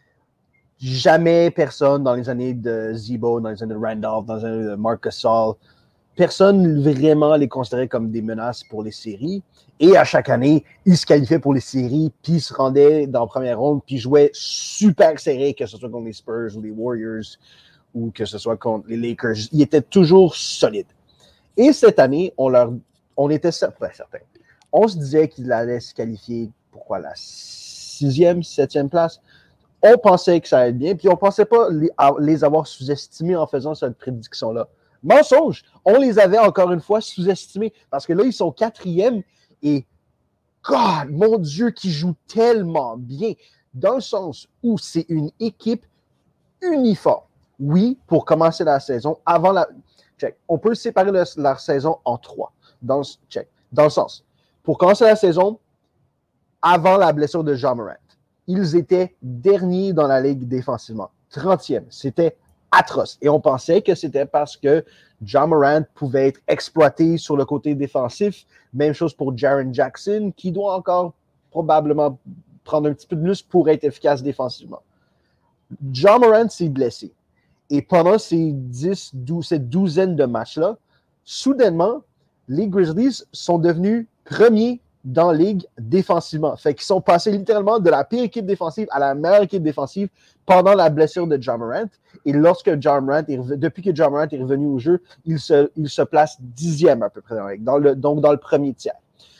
S3: Jamais personne dans les années de Zebo, dans les années de Randolph, dans les années de Marc Gasol, personne vraiment les considérait comme des menaces pour les séries. Et à chaque année, ils se qualifiaient pour les séries, puis ils se rendaient dans la première ronde, puis jouaient super serré, que ce soit contre les Spurs ou les Warriors, ou que ce soit contre les Lakers. Ils étaient toujours solides. Et cette année, on leur, on était certain, certain. On se disait qu'ils allaient se qualifier pour quoi, la sixième, septième place. On pensait que ça allait bien, puis on ne pensait pas les, les avoir sous-estimés en faisant cette prédiction-là. Mensonge! On les avait encore une fois sous-estimés, parce que là, ils sont quatrième, et God, mon Dieu, qui joue tellement bien, dans le sens où c'est une équipe uniforme. Oui, pour commencer la saison, avant la... Check. On peut séparer le, la saison en trois. Dans, check. Dans le sens, pour commencer la saison, avant la blessure de Ja Morant, ils étaient derniers dans la ligue défensivement. trentième. C'était atroce. Et on pensait que c'était parce que Ja Morant pouvait être exploité sur le côté défensif. Même chose pour Jaren Jackson, qui doit encore probablement prendre un petit peu de plus pour être efficace défensivement. Ja Morant s'est blessé. Et pendant ces dix, douze, cette douzaine de matchs-là, soudainement, les Grizzlies sont devenus premiers dans la ligue défensivement. Fait qu'ils sont passés littéralement de la pire équipe défensive à la meilleure équipe défensive pendant la blessure de Ja Morant. Et lorsque Ja Morant est revenu, depuis que Ja Morant est revenu au jeu, il se, il se place dixième à peu près dans la ligue, dans le, donc dans le premier tiers.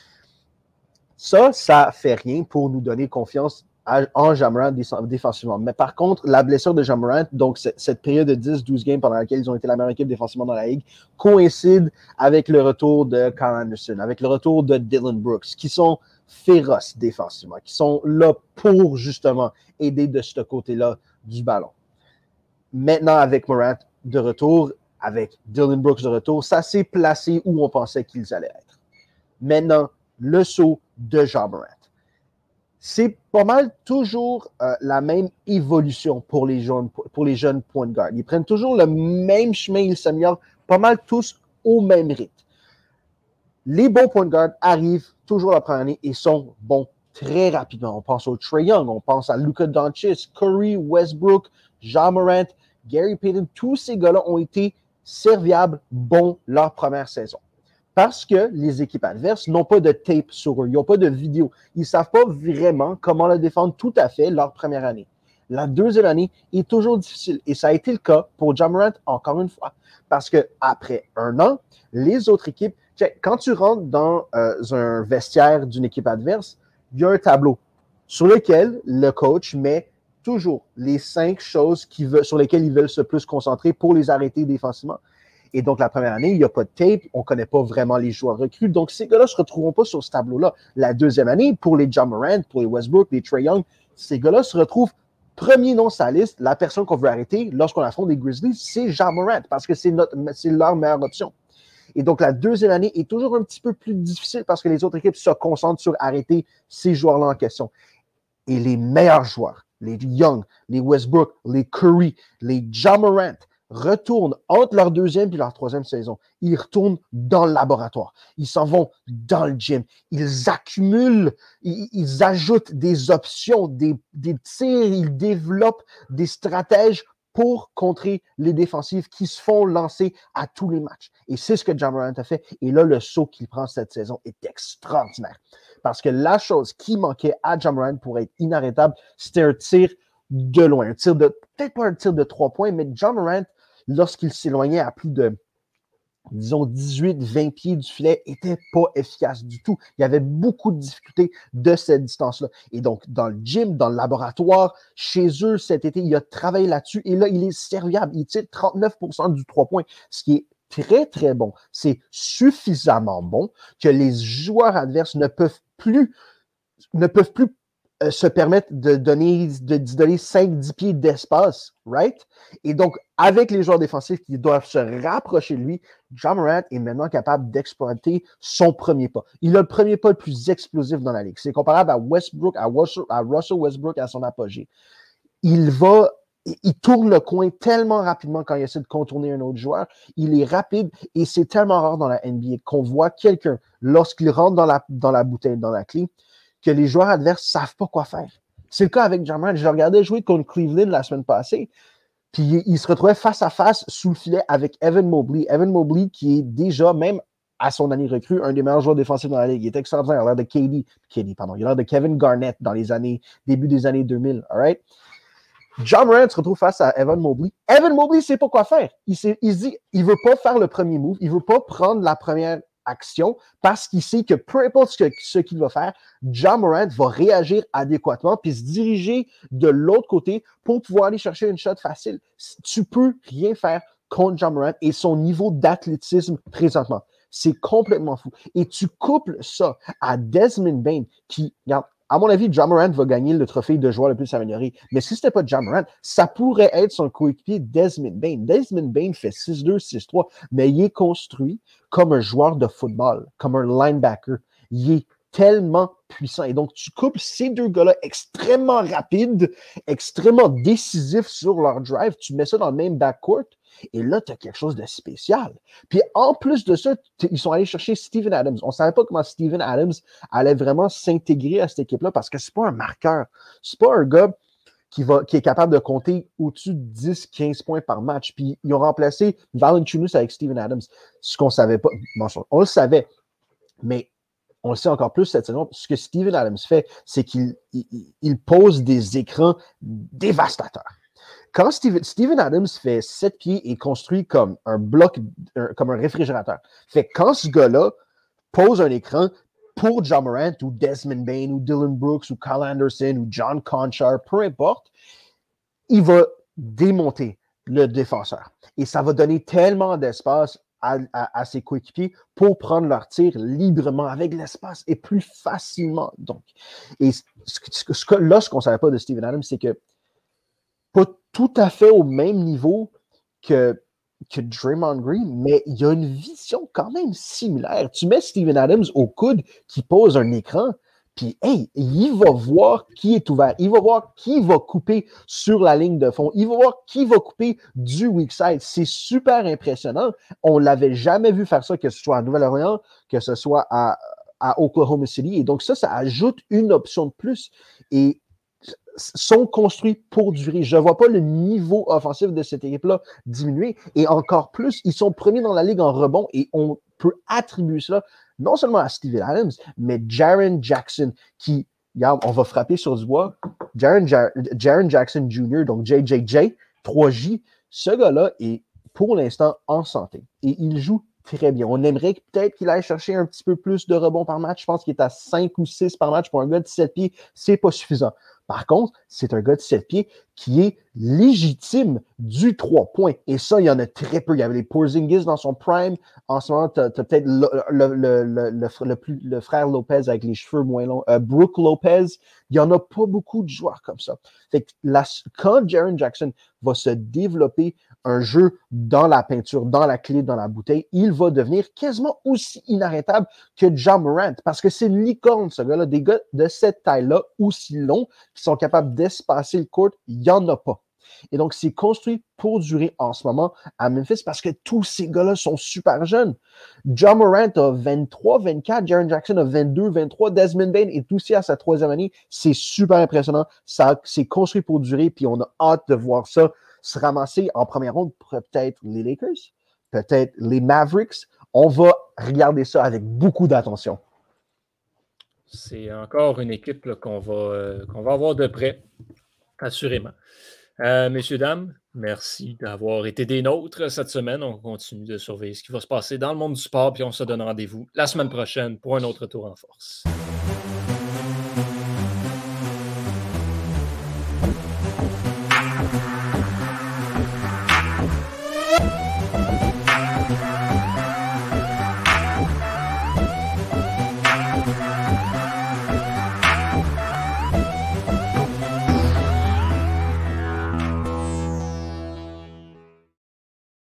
S3: Ça, ça fait rien pour nous donner confiance en Ja Morant défensivement. Mais par contre, la blessure de Ja Morant, donc cette période de dix douze games pendant laquelle ils ont été la meilleure équipe défensivement dans la ligue, coïncide avec le retour de Kyle Anderson, avec le retour de Dylan Brooks, qui sont féroces défensivement, qui sont là pour justement aider de ce côté-là du ballon. Maintenant, avec Morant de retour, avec Dylan Brooks de retour, ça s'est placé où on pensait qu'ils allaient être. Maintenant, le saut de Ja Morant. C'est pas mal toujours euh, la même évolution pour les, jeunes, pour les jeunes point guard. Ils prennent toujours le même chemin, ils s'améliorent pas mal tous au même rythme. Les bons point guard arrivent toujours la première année et sont bons très rapidement. On pense au Trae Young, on pense à Luka Doncic, Curry, Westbrook, Ja Morant, Gary Payton. Tous ces gars-là ont été serviables, bons leur première saison. Parce que les équipes adverses n'ont pas de tape sur eux, ils n'ont pas de vidéo. Ils ne savent pas vraiment comment le défendre tout à fait leur première année. La deuxième année est toujours difficile. Et ça a été le cas pour Ja Morant encore une fois. Parce qu'après un an, les autres équipes, quand tu rentres dans euh, un vestiaire d'une équipe adverse, il y a un tableau sur lequel le coach met toujours les cinq choses qui veut, sur lesquelles ils veulent se plus concentrer pour les arrêter défensivement. Et donc, la première année, il n'y a pas de tape, on ne connaît pas vraiment les joueurs recrues. Donc, ces gars-là ne se retrouveront pas sur ce tableau-là. La deuxième année, pour les Ja Morant, pour les Westbrook, les Trae Young, ces gars-là se retrouvent premier nom sur la liste. La personne qu'on veut arrêter lorsqu'on affronte les Grizzlies, c'est Ja Morant, parce que c'est, notre, c'est leur meilleure option. Et donc, la deuxième année est toujours un petit peu plus difficile parce que les autres équipes se concentrent sur arrêter ces joueurs-là en question. Et les meilleurs joueurs, les Young, les Westbrook, les Curry, les Ja Morant, retournent entre leur deuxième et leur troisième saison. Ils retournent dans le laboratoire. Ils s'en vont dans le gym. Ils accumulent, ils, ils ajoutent des options, des, des tirs, ils développent des stratèges pour contrer les défensives qui se font lancer à tous les matchs. Et c'est ce que Ja Morant a fait. Et là, le saut qu'il prend cette saison est extraordinaire. Parce que la chose qui manquait à Ja Morant pour être inarrêtable, c'était un tir de loin. Un tir de, peut-être pas un tir de trois points, mais Ja Morant, lorsqu'il s'éloignait à plus de, disons, dix-huit vingt pieds du filet, n'était pas efficace du tout. Il y avait beaucoup de difficultés de cette distance-là. Et donc, dans le gym, dans le laboratoire, chez eux cet été, il a travaillé là-dessus. Et là, il est serviable. Il tire trente-neuf pour cent du trois points, ce qui est très, très bon. C'est suffisamment bon que les joueurs adverses ne peuvent plus, ne peuvent plus euh, se permettre de donner, de, de donner cinq dix pieds d'espace, right? Et donc, avec les joueurs défensifs qui doivent se rapprocher de lui, Ja Morant est maintenant capable d'exploiter son premier pas. Il a le premier pas le plus explosif dans la ligue. C'est comparable à Westbrook, à Russell, à Russell Westbrook à son apogée. Il va Il tourne le coin tellement rapidement quand il essaie de contourner un autre joueur. Il est rapide et c'est tellement rare dans la N B A qu'on voit quelqu'un, lorsqu'il rentre dans la, dans la bouteille, dans la clé, que les joueurs adverses ne savent pas quoi faire. C'est le cas avec Ja Morant. Je le regardais jouer contre Cleveland la semaine passée, puis il, il se retrouvait face à face sous le filet avec Evan Mobley. Evan Mobley qui est déjà, même à son année recrue, un des meilleurs joueurs défensifs dans la ligue. Il est extraordinaire. Il a l'air de K D, K D, pardon. Il a l'air de Kevin Garnett dans les années, début des années deux mille. All right? Ja Morant se retrouve face à Evan Mobley. Evan Mobley ne sait pas quoi faire. Il, il se dit, il ne veut pas faire le premier move, il ne veut pas prendre la première action parce qu'il sait que peu importe ce, que, ce qu'il va faire, Ja Morant va réagir adéquatement puis se diriger de l'autre côté pour pouvoir aller chercher une shot facile. Tu ne peux rien faire contre Ja Morant et son niveau d'athlétisme présentement. C'est complètement fou. Et tu couples ça à Desmond Bane qui, regarde, à mon avis, Ja Morant va gagner le trophée de joueur le plus amélioré. Mais si ce n'était pas Ja Morant, ça pourrait être son coéquipier Desmond Bane. Desmond Bane fait six deux, six trois, mais il est construit comme un joueur de football, comme un linebacker. Il est tellement puissant. Et donc, tu couples ces deux gars-là extrêmement rapides, extrêmement décisifs sur leur drive. Tu mets ça dans le même backcourt. Et là, tu as quelque chose de spécial. Puis en plus de ça, ils sont allés chercher Steven Adams. On ne savait pas comment Steven Adams allait vraiment s'intégrer à cette équipe-là parce que ce n'est pas un marqueur. Ce n'est pas un gars qui, va, qui est capable de compter au-dessus de dix à quinze points par match. Puis ils ont remplacé Valanciunas avec Steven Adams. Ce qu'on ne savait pas. Bon, on le savait, mais on le sait encore plus cette saison. Ce que Steven Adams fait, c'est qu'il il, il pose des écrans dévastateurs. Quand Steven, Steven Adams fait sept pieds et construit comme un bloc, un, comme un réfrigérateur, fait quand ce gars-là pose un écran pour Ja Morant ou Desmond Bane ou Dylan Brooks ou Kyle Anderson ou John Conchar, peu importe, il va démonter le défenseur. Et ça va donner tellement d'espace à, à, à ses coéquipiers pour prendre leur tir librement avec l'espace et plus facilement. Donc, et ce, ce, ce, là, ce qu'on ne savait pas de Steven Adams, c'est que pas tout à fait au même niveau que, que Draymond Green, mais il y a une vision quand même similaire. Tu mets Steven Adams au coude qui pose un écran, puis hey, il va voir qui est ouvert, il va voir qui va couper sur la ligne de fond, il va voir qui va couper du weak side. C'est super impressionnant. On ne l'avait jamais vu faire ça, que ce soit à Nouvelle-Orléans, que ce soit à, à Oklahoma City. Et donc ça, ça ajoute une option de plus. Et sont construits pour durer. Je ne vois pas le niveau offensif de cette équipe-là diminuer. Et encore plus, ils sont premiers dans la ligue en rebond et on peut attribuer cela non seulement à Steven Adams, mais Jaren Jackson qui regarde, on va frapper sur du bois. Jaren, Jaren Jackson Junior, donc J J J, trois J, ce gars-là est pour l'instant en santé. Et il joue très bien. On aimerait peut-être qu'il aille chercher un petit peu plus de rebonds par match. Je pense qu'il est à cinq ou six par match. Pour un gars de sept pieds, c'est pas suffisant. Par contre, c'est un gars de sept pieds qui est légitime du trois points. Et ça, il y en a très peu. Il y avait les Porzingis dans son prime. En ce moment, tu as, as peut-être le, le, le, le, le, le, plus, le frère Lopez avec les cheveux moins longs, euh, Brook Lopez. Il n'y en a pas beaucoup de joueurs comme ça. Fait que la, quand Jaren Jackson va se développer un jeu dans la peinture, dans la clé, dans la bouteille, il va devenir quasiment aussi inarrêtable que Ja Morant, parce que c'est une licorne, ce gars-là. Des gars de cette taille-là, aussi longs, qui sont capables d'espacer le court, il n'y en a pas. Et donc, c'est construit pour durer en ce moment à Memphis parce que tous ces gars-là sont super jeunes. Ja Morant a vingt-trois, vingt-quatre, Jaren Jackson a vingt-deux, vingt-trois, Desmond Bane est aussi à sa troisième année. C'est super impressionnant. Ça, c'est construit pour durer, puis on a hâte de voir ça se ramasser en première ronde pour peut-être les Lakers, peut-être les Mavericks. On va regarder ça avec beaucoup d'attention.
S1: C'est encore une équipe là, qu'on va, euh, qu'on va avoir de près, assurément. Euh, messieurs, dames, merci d'avoir été des nôtres cette semaine. On continue de surveiller ce qui va se passer dans le monde du sport, puis on se donne rendez-vous la semaine prochaine pour un autre tour en force.